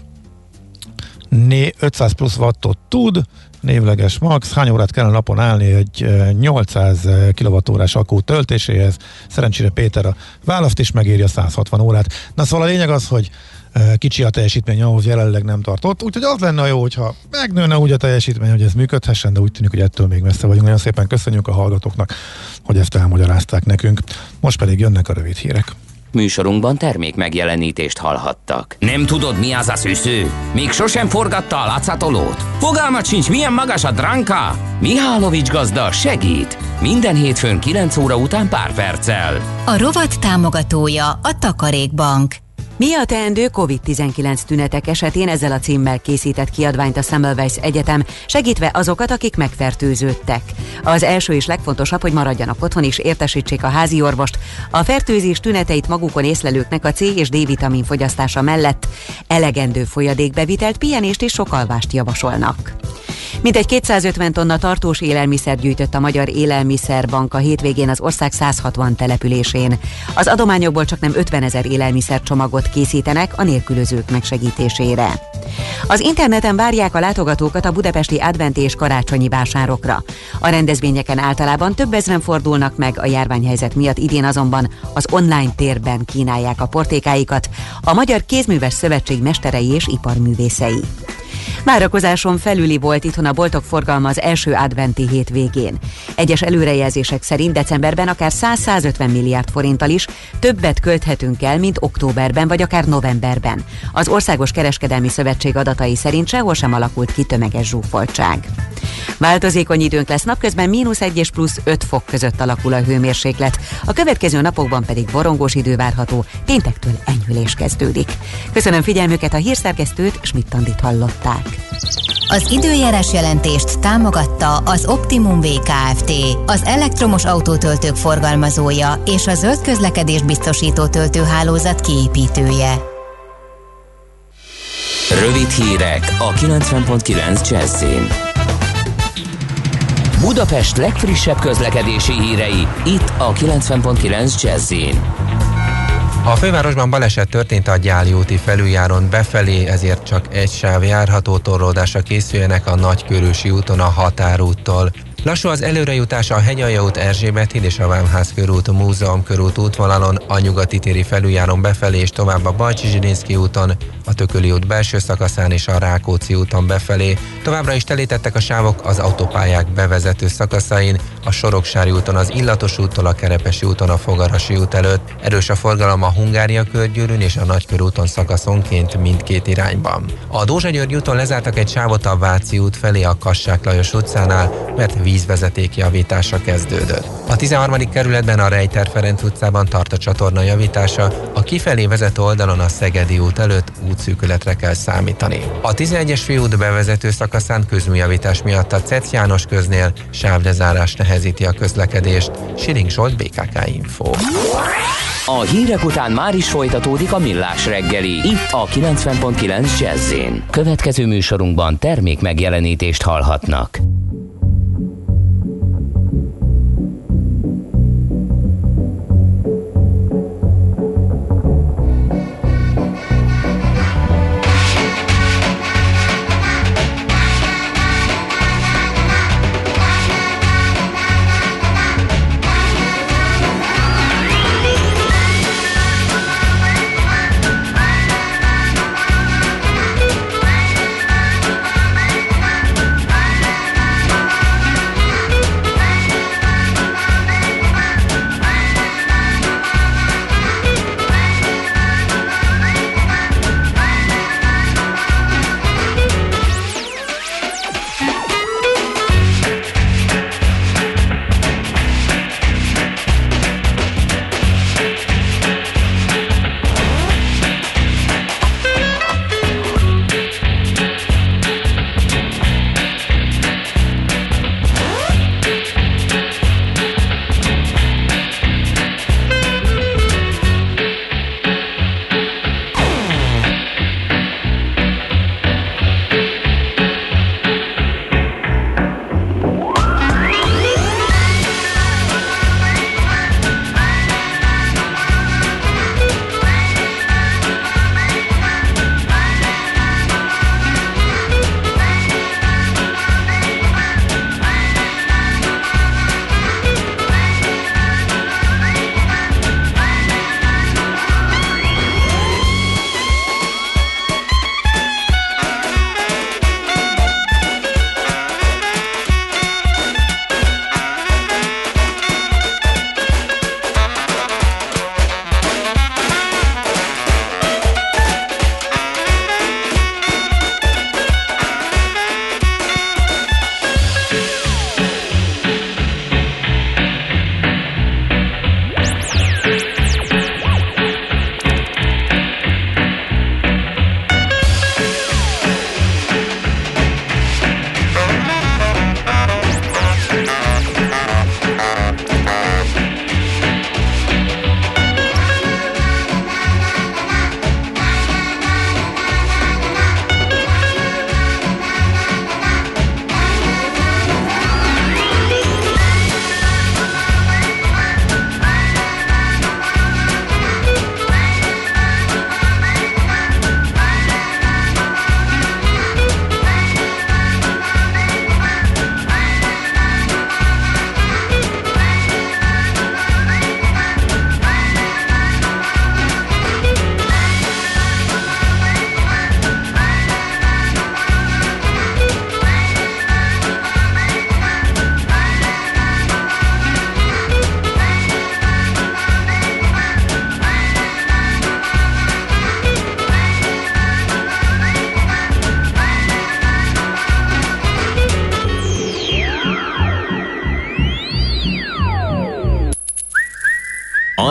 E: 500 plusz wattot tud, névleges max, hány órát kellene napon állni egy 800 kWh akku töltéséhez, szerencsére Péter a választ is megírja, 160 órát. Na szóval a lényeg az, hogy kicsi a teljesítmény, ahhoz jelenleg nem tartott, úgyhogy az lenne jó, hogyha megnőne úgy a teljesítmény, hogy ez működhessen, de úgy tűnik, hogy ettől még messze vagyunk. Nagyon szépen köszönjük a hallgatóknak, hogy ezt elmagyarázták nekünk. Most pedig jönnek a rövid hírek.
C: Műsorunkban termék megjelenítést hallhattak. Nem tudod, mi az a szűző? Még sosem forgatta a látszatolót? Fogalmat sincs, milyen magas a dránka? Mihálovics gazda segít! Minden hétfőn 9 óra után pár perccel.
B: A rovat támogatója a Takarékbank.
A: Mi a teendő COVID-19 tünetek esetén? Ezzel a címmel készített kiadványt a Semmelweis Egyetem, segítve azokat, akik megfertőződtek. Az első és legfontosabb, hogy maradjanak otthon és értesítsék a házi orvost. A fertőzés tüneteit magukon észlelőknek a C és D-vitamin fogyasztása mellett elegendő folyadékbevitelt, pihenést és sok alvást javasolnak. Mintegy 250 tonna tartós élelmiszer gyűjtött a Magyar Élelmiszerbank a hétvégén az ország 160 településén. Az adományokból csak nem 50 000 élelmiszercsomagot készítenek a nélkülözők megsegítésére. Az interneten várják a látogatókat a budapesti adventi és karácsonyi vásárokra. A rendezvényeken általában több ezren fordulnak meg, a járványhelyzet miatt idén azonban az online térben kínálják a portékáikat a Magyar Kézműves Szövetség mesterei és iparművészei. Várakozáson felüli volt itthon a boltok forgalma az első adventi hétvégén. Egyes előrejelzések szerint decemberben akár 100-150 milliárd forinttal is többet költhetünk el, mint októberben vagy akár novemberben. Az Országos Kereskedelmi Szövetség adatai szerint sehol sem alakult ki tömeges zsúfoltság. Változékony időnk lesz, napközben -1 és +5 fok között alakul a hőmérséklet. A következő napokban pedig borongós idő várható, péntektől enyhülés kezdődik. Köszönöm figyelmüket, a hírszerkesztőt, Schmidt-Andit hallották.
B: Az időjárás jelentést támogatta az Optimum Kft., az elektromos autótöltők forgalmazója és a zöld közlekedés biztosító töltőhálózat kiépítője.
C: Rövid hírek a 90.9 Jazzin. Budapest legfrissebb közlekedési hírei, itt a 90.9 Jazzin.
H: A fővárosban baleset történt a Gyáli úti felüljáron befelé, ezért csak egy sáv járható, torlódásra készüljenek a Nagykörösi úton a Határúttól. Lassú az előrejutás a Hegyalja út, Erzsébet híd és a Vámház körút, Múzeum körút útvonalon, a Nyugati téri felüljárón befelé és tovább a Bajcsy-Zsilinszky úton, a Tököli út belső szakaszán és a Rákóczi úton befelé. Továbbra is telítettek a sávok az autópályák bevezető szakaszain, a Soroksári úton az Illatos úttól a Kerepesi úton a Fogarasi út előtt. Erős a forgalom a Hungária körgyűrűn és a Nagykörúton szakaszonként mindkét irányban. A Dózsa-György úton lezártak egy sávot a Váci út felé a Kassák Lajos utcánál, mert vízvezeték javítása kezdődött. A 13. kerületben a Rejter Ferenc utcában tart a csatorna javítása, a kifelé vezető oldalon a Szegedi út előtt útszűkületre kell számítani. A 11-es főút bevezető szakaszán közműjavítás miatt a Cec János köznél sávlezárás nehezíti a közlekedést. Siling Zsolt, BKK Info.
C: A hírek után már is folytatódik a Millás reggeli, itt a 90.9 Jazzin. Következő műsorunkban termék megjelenítést hallhatnak.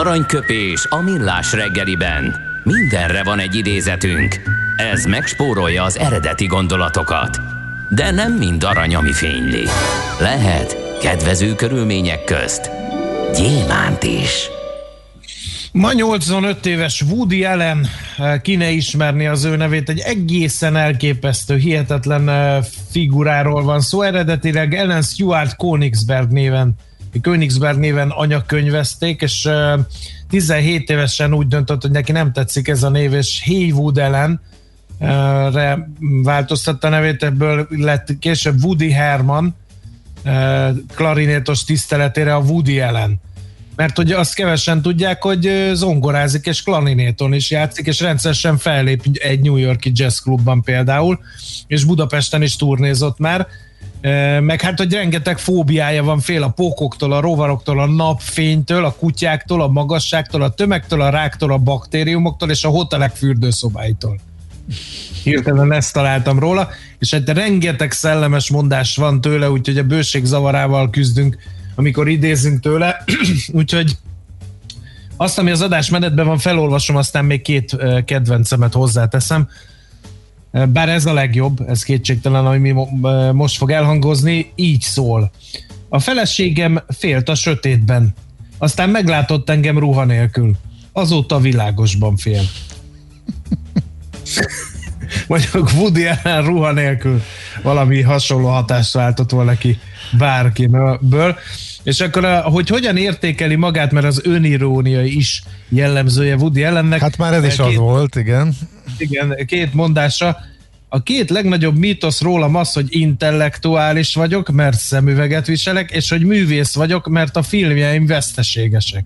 C: Aranyköpés a millás reggeliben. Mindenre van egy idézetünk. Ez megspórolja az eredeti gondolatokat. De nem mind arany, ami fényli. Lehet kedvező körülmények közt gyémánt is.
F: Ma 85 éves Woody Allen, ki ne ismerni az ő nevét, egy egészen elképesztő, hihetetlen figuráról van szó. Eredetileg Ellen Stewart Königsberg néven anyakönyvezték, és 17 évesen úgy döntött, hogy neki nem tetszik ez a név, és Heywood Allen-re változtatta a nevét, ebből lett később Woody Herman, klarinétos tiszteletére a Woody Allen. Mert hogy azt kevesen tudják, hogy zongorázik és klarinéton is játszik, és rendszeresen fellép egy New Yorki jazzklubban például, és Budapesten is turnézott már, meg hát, hogy rengeteg fóbiája van, fél a pókoktól, a rovaroktól, a napfénytől, a kutyáktól, a magasságtól, a tömegtől, a ráktól, a baktériumoktól és a hotelek fürdőszobáitól. Hirtelen ezt találtam róla, és hát rengeteg szellemes mondás van tőle, úgyhogy a bőség zavarával küzdünk, amikor idézünk tőle, úgyhogy azt, ami az adásmenetben van, felolvasom, aztán még két kedvencemet hozzáteszem. Bár ez a legjobb, ez kétségtelen, ami most fog elhangozni, így szól. A feleségem félt a sötétben, aztán meglátott engem ruha nélkül. Azóta világosban fél. Mondjuk Woody Allen ruha nélkül valami hasonló hatást váltott volna ki bárkiből. És akkor, hogy hogyan értékeli magát, mert az önirónia is jellemzője Woody Allennek.
E: Hát már ez is az volt, igen.
F: Igen, két mondása. A két legnagyobb mítosz rólam az, hogy intellektuális vagyok, mert szemüveget viselek, és hogy művész vagyok, mert a filmjeim veszteségesek.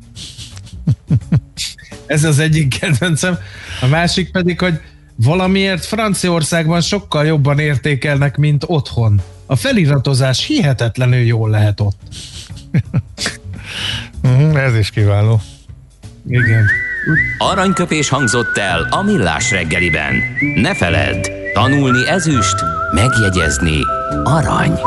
F: Ez az egyik kedvencem. A másik pedig, hogy valamiért Franciaországban sokkal jobban értékelnek, mint otthon. A feliratozás hihetetlenül jól lehet ott.
E: Ez is kiváló.
F: Igen.
C: Aranyköpés hangzott el a millás reggeliben. Ne feledd, tanulni ezüst, megjegyezni arany.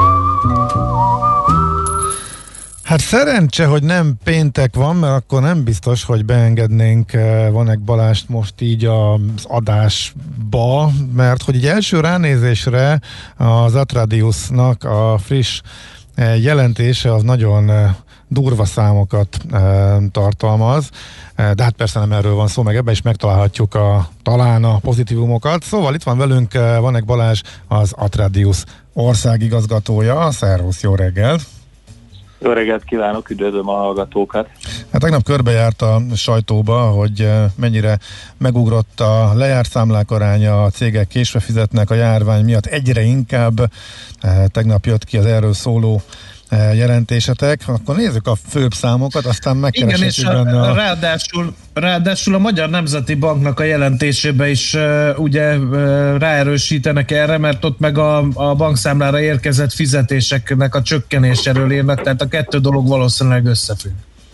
E: Hát szerencse, hogy nem péntek van, mert akkor nem biztos, hogy beengednénk Vanek Balást most így az adásba, mert hogy egy első ránézésre az Atradiusnak a friss jelentése az nagyon durva számokat tartalmaz, de hát persze nem erről van szó, meg ebben is megtalálhatjuk talán a pozitívumokat. Szóval itt van velünk Vanek Balázs, az Atradius országigazgatója. Szervusz, jó reggelt!
I: Jó reggelt kívánok, üdvözlöm a hallgatókat!
E: Hát tegnap körbejárt a sajtóba, hogy mennyire megugrott a lejárt számlák aránya, a cégek késve fizetnek a járvány miatt egyre inkább. Tegnap jött ki az erről szóló jelentésetek, akkor nézzük a főbb számokat, aztán megkereshetjük benne
F: ráadásul a Magyar Nemzeti Banknak a jelentésébe is ugye ráerősítenek erre, mert ott meg a bankszámlára érkezett fizetéseknek a csökkenéséről írnak, tehát a kettő dolog valószínűleg összefügg.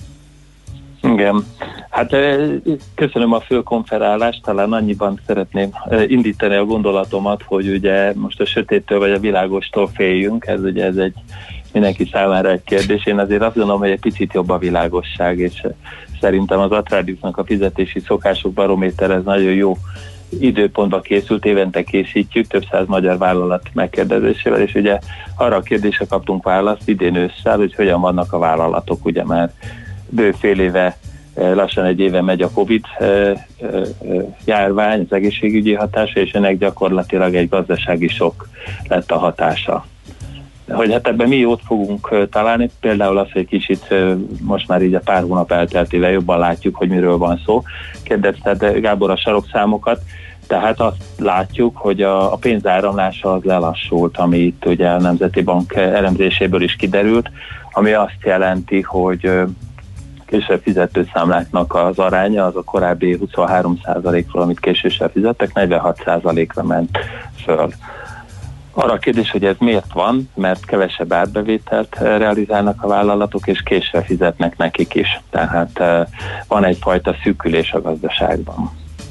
I: Igen, hát köszönöm a fölkonferálást, talán annyiban szeretném indítani a gondolatomat, hogy ugye most a sötéttől vagy a világostól féljünk, ez egy mindenki számára egy kérdés. Én azért azt gondolom, hogy egy picit jobb a világosság, és szerintem az Atradiusnak a fizetési szokások barométer, ez nagyon jó időpontban készült, évente készítjük, több száz magyar vállalat megkérdezésével, és ugye arra a kérdésre kaptunk választ idén ősszel, hogy hogyan vannak a vállalatok, ugye már bő fél éve, lassan egy éve megy a Covid járvány, az egészségügyi hatása, és ennek gyakorlatilag egy gazdasági sok lett a hatása. Hogy hát ebben mi jót fogunk találni, például az, hogy kicsit most már így a pár hónap elteltével jobban látjuk, hogy miről van szó. Kérdezted Gábor a sarokszámokat, tehát azt látjuk, hogy a pénzáramlása az lelassult, ami itt ugye a Nemzeti Bank elemzéséből is kiderült, ami azt jelenti, hogy később fizető számláknak az aránya az a korábbi 23%-ról, amit később fizettek, 46%-ra ment föl. Arra a kérdés, hogy ez miért van, mert kevesebb árbevételt realizálnak a vállalatok, és később fizetnek nekik is. Tehát van egyfajta szűkülés a gazdaságban.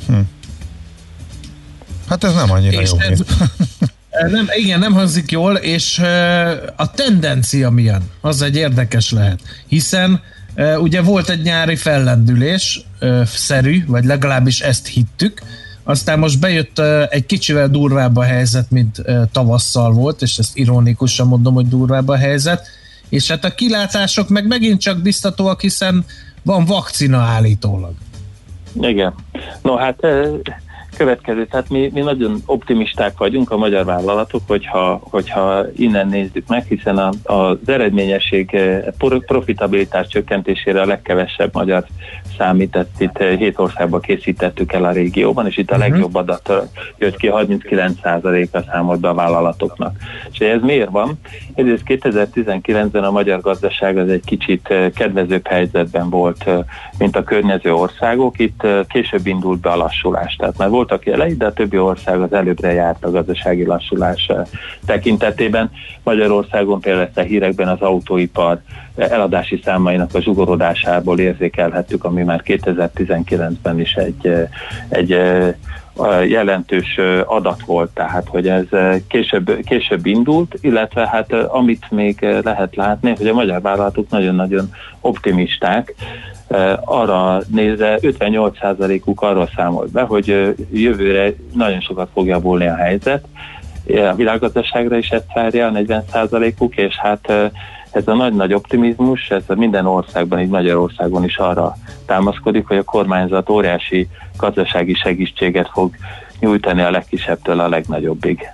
E: Hát ez nem annyira jó.
F: Nem hangzik jól, és a tendencia milyen? Az egy érdekes lehet. Hiszen Ugye volt egy nyári fellendülés szerű, vagy legalábbis ezt hittük, aztán most bejött egy kicsivel durvább a helyzet, mint tavasszal volt, és ezt ironikusan mondom, hogy durvább a helyzet, és hát a kilátások meg megint csak biztatóak, hiszen van vakcina állítólag. Igen.
I: No hát következő, tehát mi nagyon optimisták vagyunk, a magyar vállalatok, hogyha innen nézzük meg, hiszen az eredményesség, profitabilitás csökkentésére a legkevesebb magyar számít, itt 7 országban készítettük el a régióban, és itt a legjobb adat jött ki, 39%-a számolt be a vállalatoknak. És ez miért van? Egyrészt 2019-ben a magyar gazdaság az egy kicsit kedvezőbb helyzetben volt, mint a környező országok. Itt később indult be a lassulás. Tehát már voltak jelei, de a többi ország az előbbre járt a gazdasági lassulás tekintetében. Magyarországon például ezt a hírekben az autóipar eladási számainak a zsugorodásából érzékelhettük, ami már 2019-ben is egy jelentős adat volt, tehát hogy ez később indult, illetve hát amit még lehet látni, hogy a magyar vállalatok nagyon-nagyon optimisták, arra nézve 58%-uk arról számolt be, hogy jövőre nagyon sokat fog javulni a helyzet. A világgazdaságra is ezt várja, 40%-uk, és hát ez a nagy-nagy optimizmus, ez minden országban, így Magyarországon is arra támaszkodik, hogy a kormányzat óriási gazdasági segítséget fog nyújtani a legkisebbtől a legnagyobbig.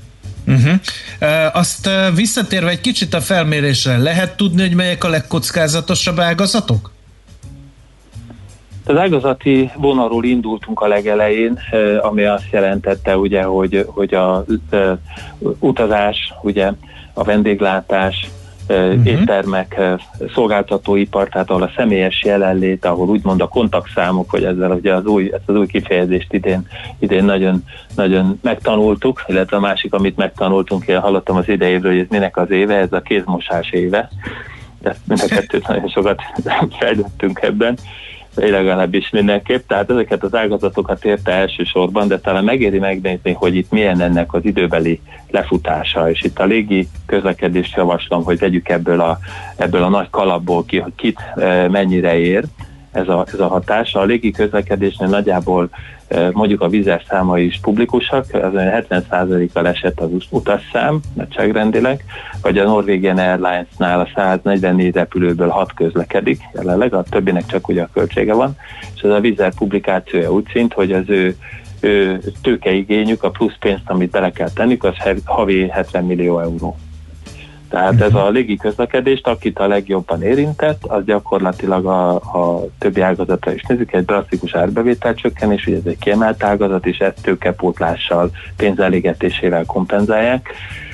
F: Azt visszatérve egy kicsit a felmérésre, lehet tudni, hogy melyek a legkockázatosabb ágazatok?
I: Az ágazati vonalról indultunk a legelején, ami azt jelentette, ugye, hogy a utazás, ugye, a vendéglátás, éttermek, szolgáltatóipar, tehát ahol a személyes jelenlét, ahol úgymond a kontaktszámok, hogy ezzel ugye ezt az új kifejezést idén nagyon, nagyon megtanultuk, illetve a másik, amit megtanultunk, én hallottam az idejéről, hogy ez minek az éve, ez a kézmosás éve. Ezt mind a kettőt nagyon sokat fejlődtünk ebben, legalábbis mindenképp, tehát ezeket az ágazatokat érte elsősorban, de talán megéri megnézni, hogy itt milyen ennek az időbeli lefutása, és itt a légi közlekedést javaslom, hogy vegyük ebből a nagy kalapból ki, hogy kit mennyire ér ez a hatás. A légi közlekedésnél nagyjából mondjuk a vízes számai is publikusak, az 70%-kal esett az utasszám, nagyságrendileg, vagy a Norwegian Airlines-nál a 144 repülőből 6 közlekedik jelenleg, a többinek csak ugye a költsége van, és ez a Wizz publikációja úgy szint, hogy az ő tőkeigényük, a plusz pénzt, amit bele kell tennük, az havi 70 millió euró. Tehát ez a légi közlekedést, akit a legjobban érintett, az gyakorlatilag a többi ágazatra is nézzük, egy drasztikus árbevételcsökkenés, ugye ez egy kiemelt ágazat, és ezt tőkepótlással, pénzelégetésével kompenzálják.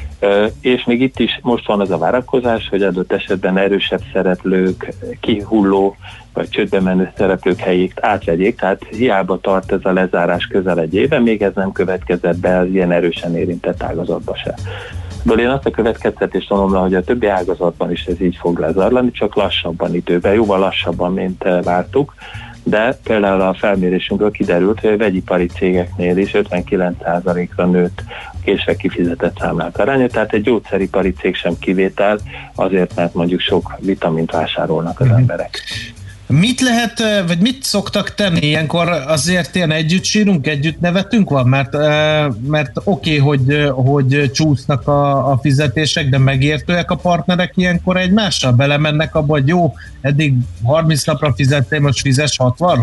I: És még itt is most van az a várakozás, hogy adott esetben erősebb szereplők, kihulló vagy csődbe menő szereplők helyét átvegyék, tehát hiába tart ez a lezárás közel egy éve, még ez nem következett be az ilyen erősen érintett ágazatba se. Én azt a következtetést vonom, hogy a többi ágazatban is ez így fog lezajlani, csak lassabban időben, jóval lassabban, mint vártuk, de például a felmérésünkből kiderült, hogy a vegyipari cégeknél is 59%-ra nőtt a késve kifizetett számlák aránya, tehát egy gyógyszeripari cég sem kivétel, azért, mert mondjuk sok vitamint vásárolnak az emberek.
F: Mit lehet, vagy mit szoktak tenni ilyenkor? Azért ilyen együtt sírunk, együtt nevetünk van? Mert oké, hogy csúsznak a fizetések, de megértőek a partnerek ilyenkor egymással? Belemennek abba, hogy jó, eddig 30 napra fizettél, most fizes 60-ra?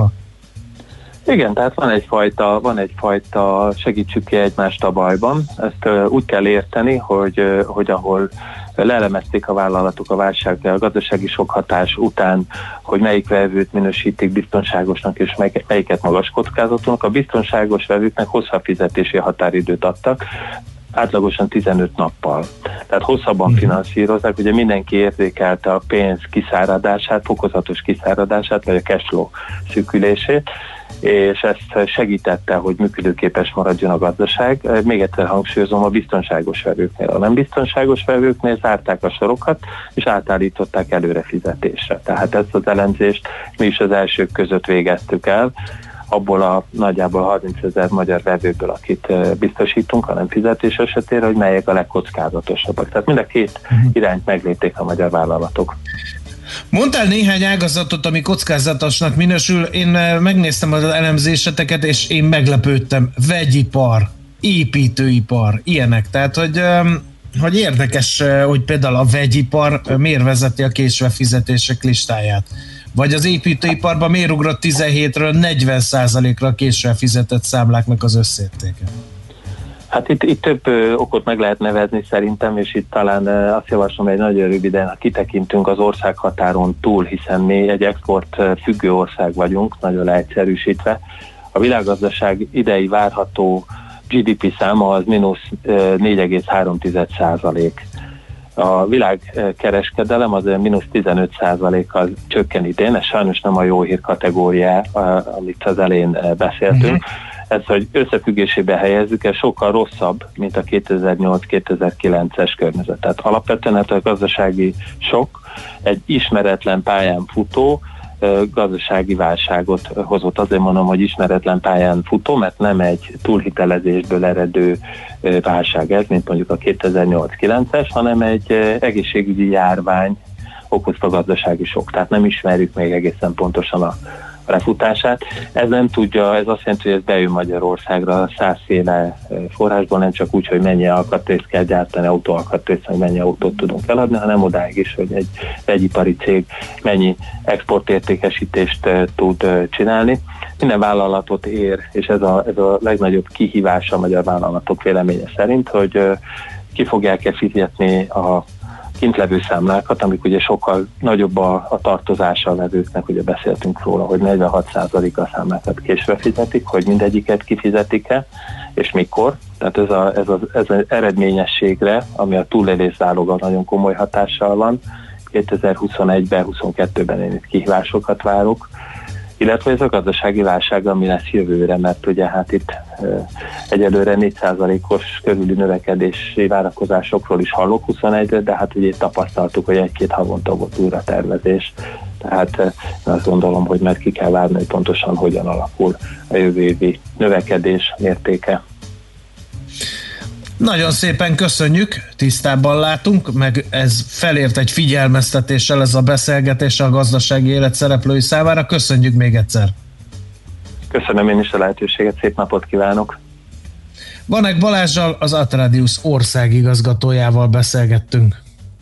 I: Igen, tehát van egyfajta segítsük ki egymást a bajban. Ezt úgy kell érteni, hogy ahol leelemezték a vállalatok a válság, a gazdasági sok hatás után, hogy melyik vevőt minősítik biztonságosnak és melyiket magas kockázatúnak. A biztonságos vevőknek hosszabb fizetési határidőt adtak, átlagosan 15 nappal. Tehát hosszabban finanszírozzák, ugye mindenki érzékelte a pénz kiszáradását, fokozatos kiszáradását, vagy a cashflow szűkülését, és ezt segítette, hogy működőképes maradjon a gazdaság. Még egyszer hangsúlyozom, a biztonságos vevőknél. A nem biztonságos vevőknél zárták a sorokat, és átállították előre fizetésre. Tehát ezt az elemzést mi is az elsők között végeztük el, abból a nagyjából 30 000 magyar vevőből, akit biztosítunk a nem fizetés esetére, hogy melyek a legkockázatosabbak. Tehát mind a két irányt meglépték a magyar vállalatok.
F: Mondtál néhány ágazatot, ami kockázatosnak minősül. Én megnéztem az elemzéseteket, és én meglepődtem. Vegyipar, építőipar, ilyenek. Tehát, hogy érdekes, hogy például a vegyipar miért vezeti a késve fizetések listáját. Vagy az építőiparban miért ugrott 17-ről 40%-ra a késve fizetett számláknak az összértéke?
I: Hát itt több okot meg lehet nevezni szerintem, és itt talán azt javaslom, hogy nagyon röviden, ha kitekintünk az országhatáron túl, hiszen mi egy export függő ország vagyunk, nagyon leegyszerűsítve. A világgazdaság idei várható GDP száma az mínusz 4,3%. A világkereskedelem az mínusz 15%-kal csökken idén, ez sajnos nem a jó hír kategória, amit az elején beszéltünk. Ez, hogy összefüggésében helyezzük, ez sokkal rosszabb, mint a 2008-2009-es környezet. Tehát alapvetően a gazdasági sok egy ismeretlen pályán futó gazdasági válságot hozott. Azért mondom, hogy ismeretlen pályán futó, mert nem egy túlhitelezésből eredő válság ez, mint mondjuk a 2008-9-es, hanem egy egészségügyi járvány okozta gazdasági sok. Tehát nem ismerjük még egészen pontosan a lefutását. Ez nem tudja, ez azt jelenti, hogy ez bejön Magyarországra 100 féle forrásból, nem csak úgy, hogy mennyi alkatrészt kell gyártani, autóalkatrészt, hogy mennyi autót tudunk eladni, hanem odáig is, hogy egy vegyipari cég mennyi exportértékesítést tud csinálni. Minden vállalatot ér, és ez a legnagyobb kihívása a magyar vállalatok véleménye szerint, hogy ki fogják-e fizetni a kintlevő számlákat, amik ugye sokkal nagyobb a tartozása a vevőknek, ugye beszéltünk róla, hogy 46% a számlákat késve fizetik, hogy mindegyiket kifizetik-e, és mikor. Tehát ez az eredményességre, ami a túlélés záloga nagyon komoly hatással van. 2021-ben, 2022-ben én itt kihívásokat várok, illetve ez a gazdasági válság, ami lesz jövőre, mert ugye hát itt egyelőre 4%-os körüli növekedési várakozásokról is hallok 21-re, de hát ugye tapasztaltuk, hogy egy-két havonta volt újra tervezés. Tehát én azt gondolom, hogy mert ki kell várni, hogy pontosan hogyan alakul a jövő évi növekedés mértéke.
F: Nagyon szépen köszönjük, tisztában látunk, meg ez felért egy figyelmeztetéssel ez a beszélgetés a gazdasági élet szereplői számára. Köszönjük még egyszer.
I: Köszönöm én is a lehetőséget, szép napot kívánok.
F: Vanek Balázssal, az Atradius országigazgatójával beszélgettünk.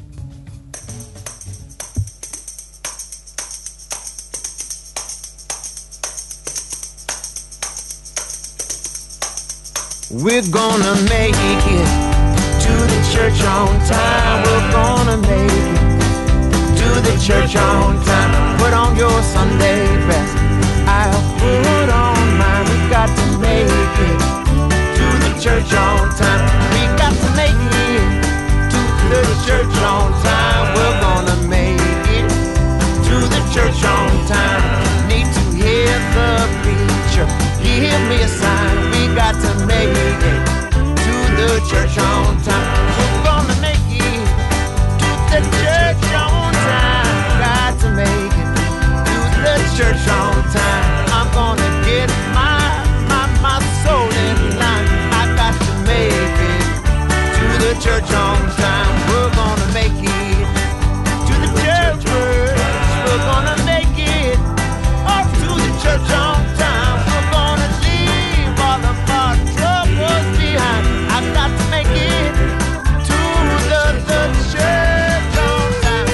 J: We're gonna make it to the church on time. We're gonna make it to the church on time. Put on your Sunday best, I'll put on mine. We got to make it to the church on time. We got to make it to the church on time. We're gonna make it to the church on time. Need to hear the preacher, give me a sign. We got to make it to the church on time. We're gonna make it to the church on time. Got to make it to the church on time. I'm gonna get my soul in line. I got to make it to the church on time. We're gonna make it to the church. We're gonna make it up to the church on time. We're gonna leave all of our troubles behind. I got to make it to the church on time.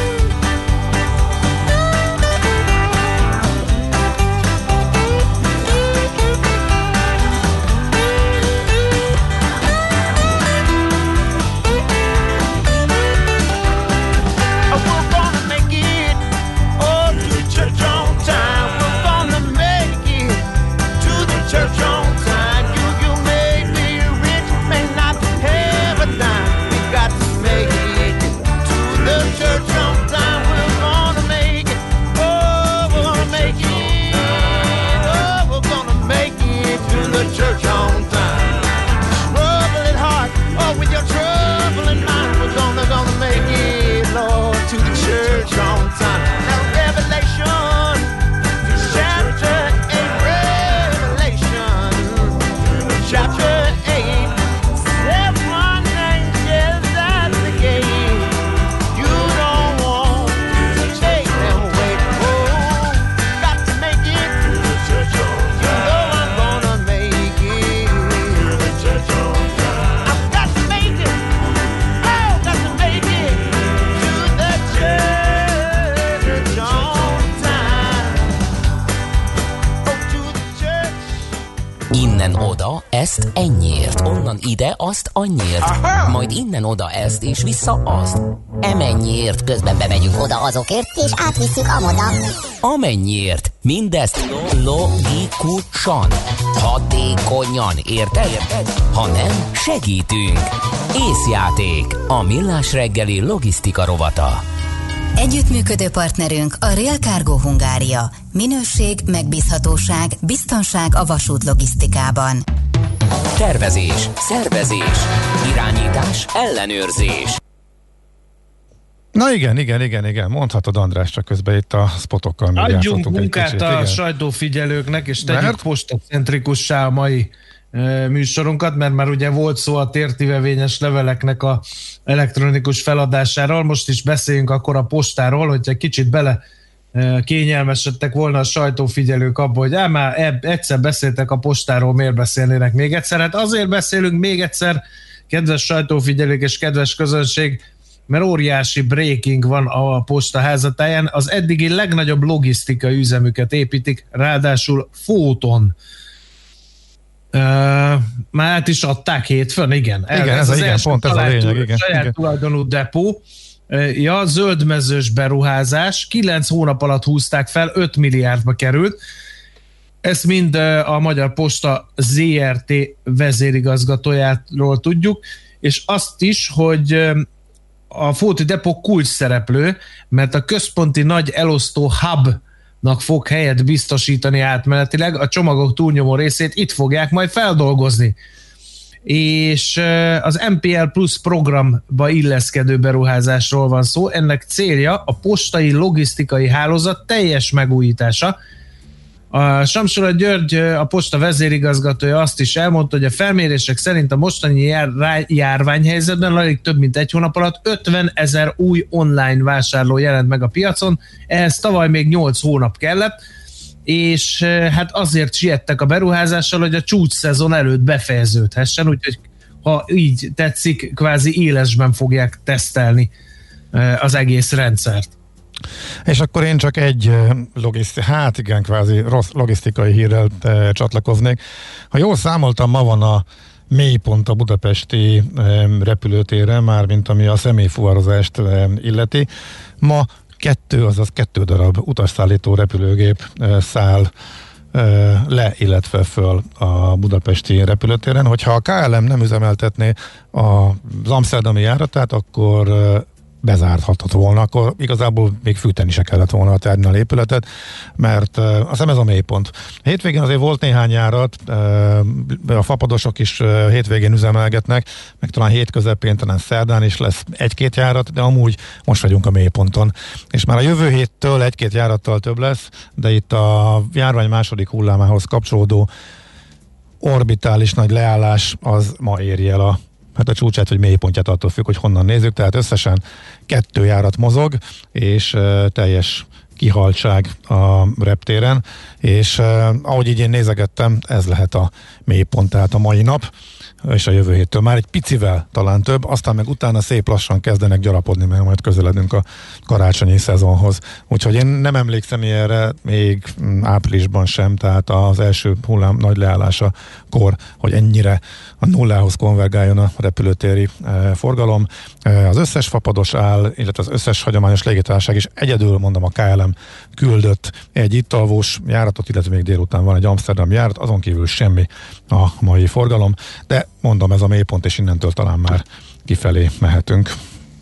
C: ennyiért, onnan ide, azt annyiért, aha, majd innen oda ezt, és vissza azt. Emennyiért, közben bemegyünk oda azokért, és átvisszük amoda. Amennyiért, mindezt logikusan, hatékonyan, érted? Ha nem, segítünk. Észjáték, a Millás reggeli logisztika rovata.
B: Együttműködő partnerünk a Rail Cargo Hungária. Minőség, megbízhatóság, biztonság a vasút logisztikában.
C: Tervezés, szervezés, irányítás, ellenőrzés.
E: Na igen, mondhatod András, csak közben itt a spotokkal még
F: adjunk munkát a sajtófigyelőknek, és tegyük postacentrikussá a mai műsorunkat, mert már ugye volt szó a tértivevényes leveleknek a elektronikus feladásáról, most is beszéljünk akkor a postáról, hogyha kicsit bele kényelmesedtek volna a sajtófigyelők abba, hogy már egyszer beszéltek a postáról, miért beszélnének még egyszer? Hát azért beszélünk még egyszer, kedves sajtófigyelők és kedves közönség, mert óriási breaking van a posta házatáján, az eddigi legnagyobb logisztikai üzemüket építik, ráadásul Fóton. Már át is adták hétfőn, igen.
E: Ez a lényeg. Igen,
F: saját tulajdonú depó. Zöldmezős beruházás, 9 hónap alatt húzták fel, 5 milliárdba került. Ezt mind a Magyar Posta ZRT vezérigazgatójáról tudjuk, és azt is, hogy a Fóti depó kulcs szereplő, mert a központi nagy elosztó hubnak fog helyet biztosítani átmenetileg, a csomagok túlnyomó részét itt fogják majd feldolgozni. És az MPL Plus programba illeszkedő beruházásról van szó, ennek célja a postai logisztikai hálózat teljes megújítása. A Samsula György, a posta vezérigazgatója azt is elmondta, hogy a felmérések szerint a mostani járványhelyzetben alig több mint egy hónap alatt 50 000 új online vásárló jelent meg a piacon, ehhez tavaly még 8 hónap kellett, és hát azért siettek a beruházással, hogy a csúcsszezon előtt befejeződhessen, úgyhogy ha így tetszik, kvázi élesben fogják tesztelni az egész rendszert.
E: És akkor én csak egy kvázi rossz logisztikai hírrel csatlakoznék. Ha jól számoltam, ma van a mélypont a budapesti repülőtéren, mármint ami a személyfuvarozást illeti. Ma 2 darab utasszállító repülőgép száll le, illetve föl a budapesti repülőtéren. Hogyha a KLM nem üzemeltetné az amszterdami járatát, akkor bezártható volna, akkor igazából még fűteni se kellett volna a terminál épületet, mert azt hiszem ez a mélypont. Hétvégén azért volt néhány járat, a fapadosok is hétvégén üzemelgetnek, meg talán hét közepén, talán szerdán is lesz 1-2 járat, de amúgy most vagyunk a mélyponton. És már a jövő héttől 1-2 járattal több lesz, de itt a járvány második hullámához kapcsolódó orbitális nagy leállás az ma éri el a csúcsát, vagy mélypontját, attól függ, hogy honnan nézzük, tehát összesen 2 járat mozog, és teljes kihaltság a reptéren, és ahogy így én nézegettem, ez lehet a mélypont, tehát a mai nap, és a jövő héttől már egy picivel talán több, aztán meg utána szép lassan kezdenek gyarapodni, mert majd közeledünk a karácsonyi szezonhoz. Úgyhogy én nem emlékszem ilyenre még áprilisban sem, tehát az első hullám nagy leállásakor, hogy ennyire a nullához konvergáljon a repülőtéri forgalom. Az összes fapados áll, illetve az összes hagyományos légitársaság is egyedül, mondom, a KLM küldött egy italvós járatot, illetve még délután van egy Amsterdam járat, azon kívül semmi a mai forgalom, de mondom, ez a mélypont, és innentől talán már kifelé mehetünk.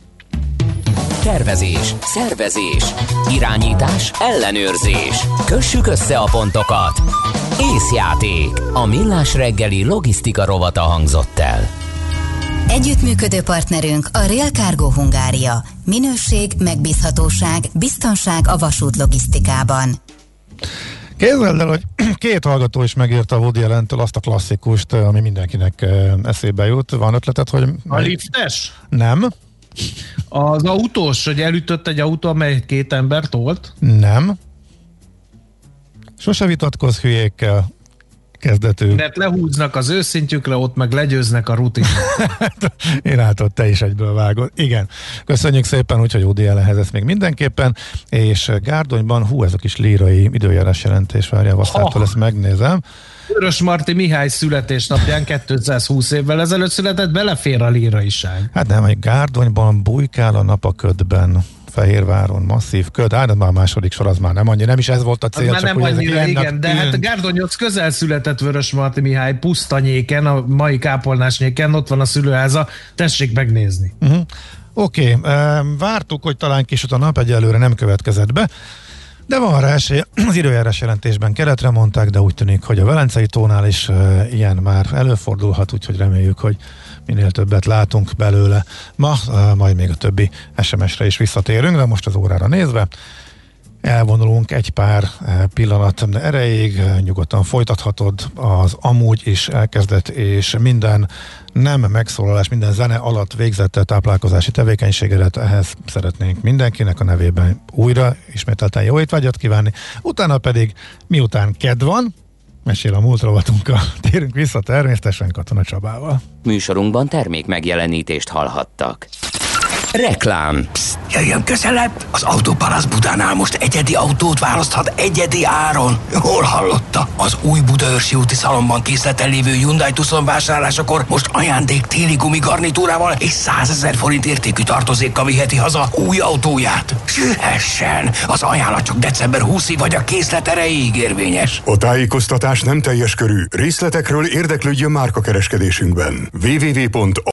C: Tervezés, szervezés, irányítás, ellenőrzés. Kössük össze a pontokat. Észjáték, a Millás reggeli logisztika rovata hangzott el.
B: Együttműködő partnerünk a Rail Cargo Hungária. Minőség, megbízhatóság, biztonság a vasút logisztikában.
E: Képzeld el, hogy 2 hallgató is megírta a Woody Allentől azt a klasszikust, ami mindenkinek eszébe jut. Van ötleted, hogy...
F: A liftes?
E: Nem.
F: Az autós, hogy elütött egy autó, amely 2 ember tolt?
E: Nem. Sose vitatkozz hülyékkel. kezdetű.
F: Mert lehúznak az őszintjükre, ott meg legyőznek a rutinnak.
E: Én látod, te is egyből vágod. Igen. Köszönjük szépen, úgyhogy ODL-hez ezt még mindenképpen, és Gárdonyban, ez a kis lírai időjárás jelentés, várjál, Vasszától ezt megnézem.
F: Vörösmarty Mihály születésnapján 220 évvel ezelőtt született, belefér a líraiság.
E: Hát nem, hogy Gárdonyban bujkál a nap a ködben. Fehérváron masszív köd, hát már a második sor az már nem annyi, nem is ez volt a cél.
F: Már nem annyira, igen, de hát Gárdonyhoz közel született Vörösmarty Mihály, Pusztanyéken, a mai Kápolnásnyéken, ott van a szülőháza, tessék megnézni.
E: Oké, vártuk, hogy talán kisüt a nap, egyelőre nem következett be, de van rá esély. Az időjárás jelentésben keletre mondták, de úgy tűnik, hogy a Velencei tónál is ilyen már előfordulhat, úgyhogy reméljük, hogy minél többet látunk belőle ma, majd még a többi SMS-re is visszatérünk, de most az órára nézve elvonulunk egy pár pillanat erejéig, nyugodtan folytathatod az amúgy is elkezdett és minden nem megszólalás, minden zene alatt végzett táplálkozási tevékenységedet, ehhez szeretnénk mindenkinek a nevében újra ismételten jó étvágyat kívánni, utána pedig miután kedv van, mesél a múlt rovatunkkal, térünk vissza természetesen Katona Csabával.
C: Műsorunkban termék megjelenítést hallhattak. Reklám.
K: Psst, jöjjön közelebb! Az Autópalasz Budánál most egyedi autót választhat egyedi áron. Hol hallotta? Az új Budaörsi úti szalonban készleten lévő Hyundai Tucson vásárlásakor most ajándék téli gumigarnitúrával és 100 000 forint értékű tartozékkal viheti haza új autóját. Sühessen! Az ajánlat csak december 20-ig vagy a készlet erejéig érvényes.
L: A tájékoztatás nem teljes körű. Részletekről érdeklődjön márkakereskedésünkben. www